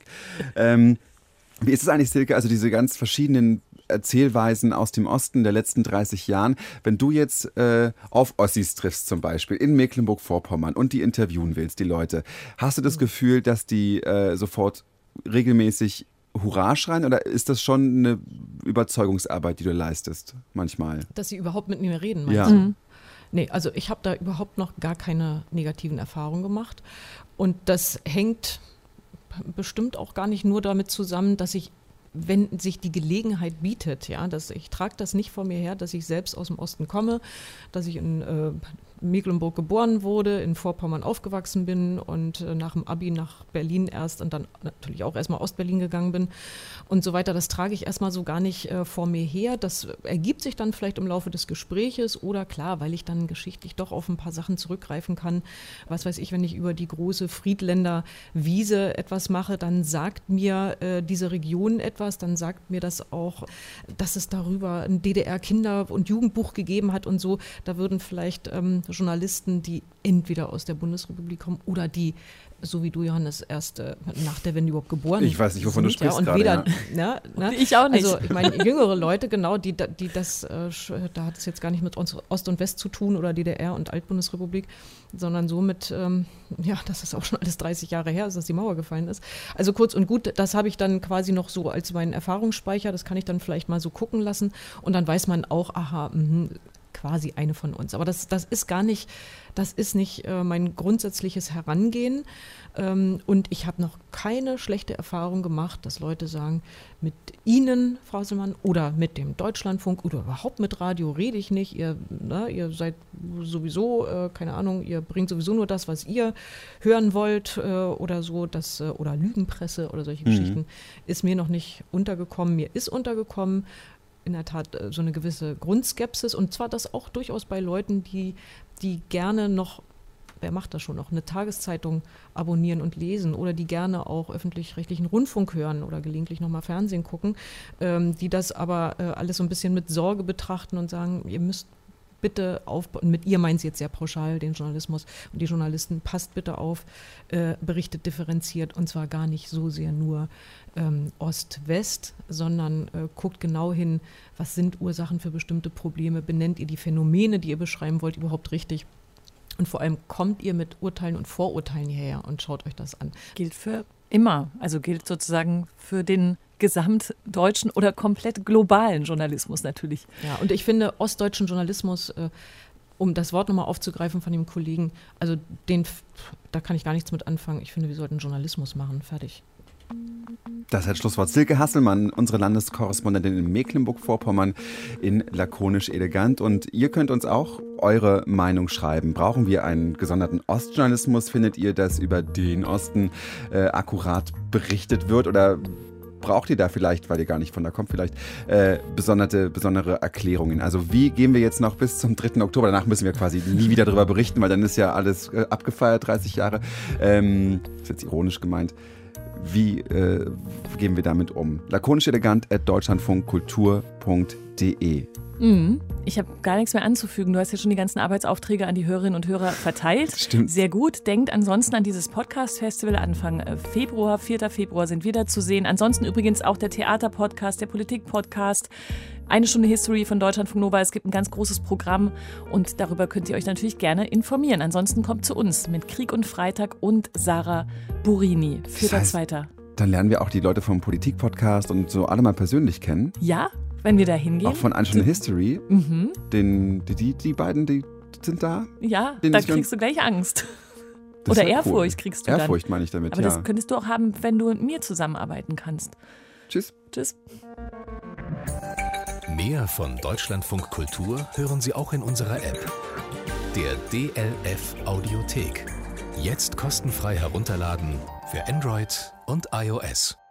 Wie ist es eigentlich, Silke, also diese ganz verschiedenen Erzählweisen aus dem Osten der letzten 30 Jahren, wenn du jetzt auf Ossis triffst zum Beispiel in Mecklenburg-Vorpommern und die interviewen willst, die Leute, hast du das Gefühl, dass die sofort regelmäßig Hurra schreien oder ist das schon eine Überzeugungsarbeit, die du leistest manchmal? Dass sie überhaupt mit mir reden, meinst Ja. du? Nee, also ich habe da überhaupt noch gar keine negativen Erfahrungen gemacht und das hängt bestimmt auch gar nicht nur damit zusammen, dass ich, wenn sich die Gelegenheit bietet, ja, dass ich trage das nicht vor mir her, dass ich selbst aus dem Osten komme, dass ich in Mecklenburg geboren wurde, in Vorpommern aufgewachsen bin und nach dem Abi nach Berlin erst und dann natürlich auch erstmal Ostberlin gegangen bin und so weiter. Das trage ich erstmal so gar nicht vor mir her. Das ergibt sich dann vielleicht im Laufe des Gespräches oder klar, weil ich dann geschichtlich doch auf ein paar Sachen zurückgreifen kann. Was weiß ich, wenn ich über die große Friedländer Wiese etwas mache, dann sagt mir diese Region etwas, dann sagt mir das auch, dass es darüber ein DDR-Kinder- und Jugendbuch gegeben hat und so. Da würden vielleicht Journalisten, die entweder aus der Bundesrepublik kommen oder die, so wie du, Johannes, erst nach der Wende überhaupt geboren Ich weiß nicht, wovon sind, du sprichst und gerade. weder, Ja. Ich auch nicht. Also ich meine, jüngere Leute, genau, die das, da hat es jetzt gar nicht mit Ost und West zu tun oder DDR und Altbundesrepublik, sondern so mit, das ist auch schon alles 30 Jahre her, dass die Mauer gefallen ist. Also kurz und gut, das habe ich dann quasi noch so als meinen Erfahrungsspeicher, das kann ich dann vielleicht mal so gucken lassen und dann weiß man auch, aha, quasi eine von uns. Aber das ist gar nicht, das ist nicht mein grundsätzliches Herangehen. Und ich habe noch keine schlechte Erfahrung gemacht, dass Leute sagen, mit Ihnen, Frau Sellmann, oder mit dem Deutschlandfunk oder überhaupt mit Radio rede ich nicht. Ihr seid sowieso, keine Ahnung, ihr bringt sowieso nur das, was ihr hören wollt oder so, oder Lügenpresse oder solche Geschichten, ist mir noch nicht untergekommen. Mir ist untergekommen, in der Tat so eine gewisse Grundskepsis und zwar das auch durchaus bei Leuten, die gerne noch, wer macht das schon noch, eine Tageszeitung abonnieren und lesen oder die gerne auch öffentlich-rechtlichen Rundfunk hören oder gelegentlich nochmal Fernsehen gucken, die das aber alles so ein bisschen mit Sorge betrachten und sagen, ihr müsst bitte aufbauen, mit ihr meinen sie jetzt sehr pauschal den Journalismus und die Journalisten, passt bitte auf, berichtet differenziert und zwar gar nicht so sehr nur Ost-West, sondern guckt genau hin, was sind Ursachen für bestimmte Probleme, benennt ihr die Phänomene, die ihr beschreiben wollt, überhaupt richtig und vor allem kommt ihr mit Urteilen und Vorurteilen hierher und schaut euch das an. Gilt für immer, also gilt sozusagen für den gesamtdeutschen oder komplett globalen Journalismus natürlich. Ja, und ich finde ostdeutschen Journalismus, um das Wort nochmal aufzugreifen von dem Kollegen, also da kann ich gar nichts mit anfangen. Ich finde, wir sollten Journalismus machen, fertig. Das hat Schlusswort. Silke Hasselmann, unsere Landeskorrespondentin in Mecklenburg-Vorpommern in Lakonisch Elegant. Und ihr könnt uns auch eure Meinung schreiben. Brauchen wir einen gesonderten Ostjournalismus? Findet ihr, dass über den Osten akkurat berichtet wird? Oder braucht ihr da vielleicht, weil ihr gar nicht von da kommt, vielleicht besondere Erklärungen? Also wie gehen wir jetzt noch bis zum 3. Oktober? Danach müssen wir quasi nie wieder darüber berichten, weil dann ist ja alles abgefeiert, 30 Jahre. Ist jetzt ironisch gemeint. Wie gehen wir damit um? lakonischelegant@deutschlandfunkkultur.de. Ich habe gar nichts mehr anzufügen. Du hast ja schon die ganzen Arbeitsaufträge an die Hörerinnen und Hörer verteilt. Stimmt. Sehr gut. Denkt ansonsten an dieses Podcast-Festival Anfang Februar, 4. Februar sind wir da zu sehen. Ansonsten übrigens auch der Theater-Podcast, der Politik-Podcast, Eine Stunde History von Deutschlandfunk Nova. Es gibt ein ganz großes Programm und darüber könnt ihr euch natürlich gerne informieren. Ansonsten kommt zu uns mit Krieg und Freitag und Sarah Burini. 4.2. Dann lernen wir auch die Leute vom Politik-Podcast und so alle mal persönlich kennen. Ja, wenn wir da hingehen. Auch von Eine Stunde History. Die beiden, die sind da. Ja, da kriegst du gleich Angst. Das Oder ist ja Ehrfurcht cool. kriegst du dann. Ehrfurcht meine ich damit, Aber ja. das könntest du auch haben, wenn du mit mir zusammenarbeiten kannst. Tschüss. Tschüss. Mehr von Deutschlandfunk Kultur hören Sie auch in unserer App, der DLF Audiothek. Jetzt kostenfrei herunterladen für Android und iOS.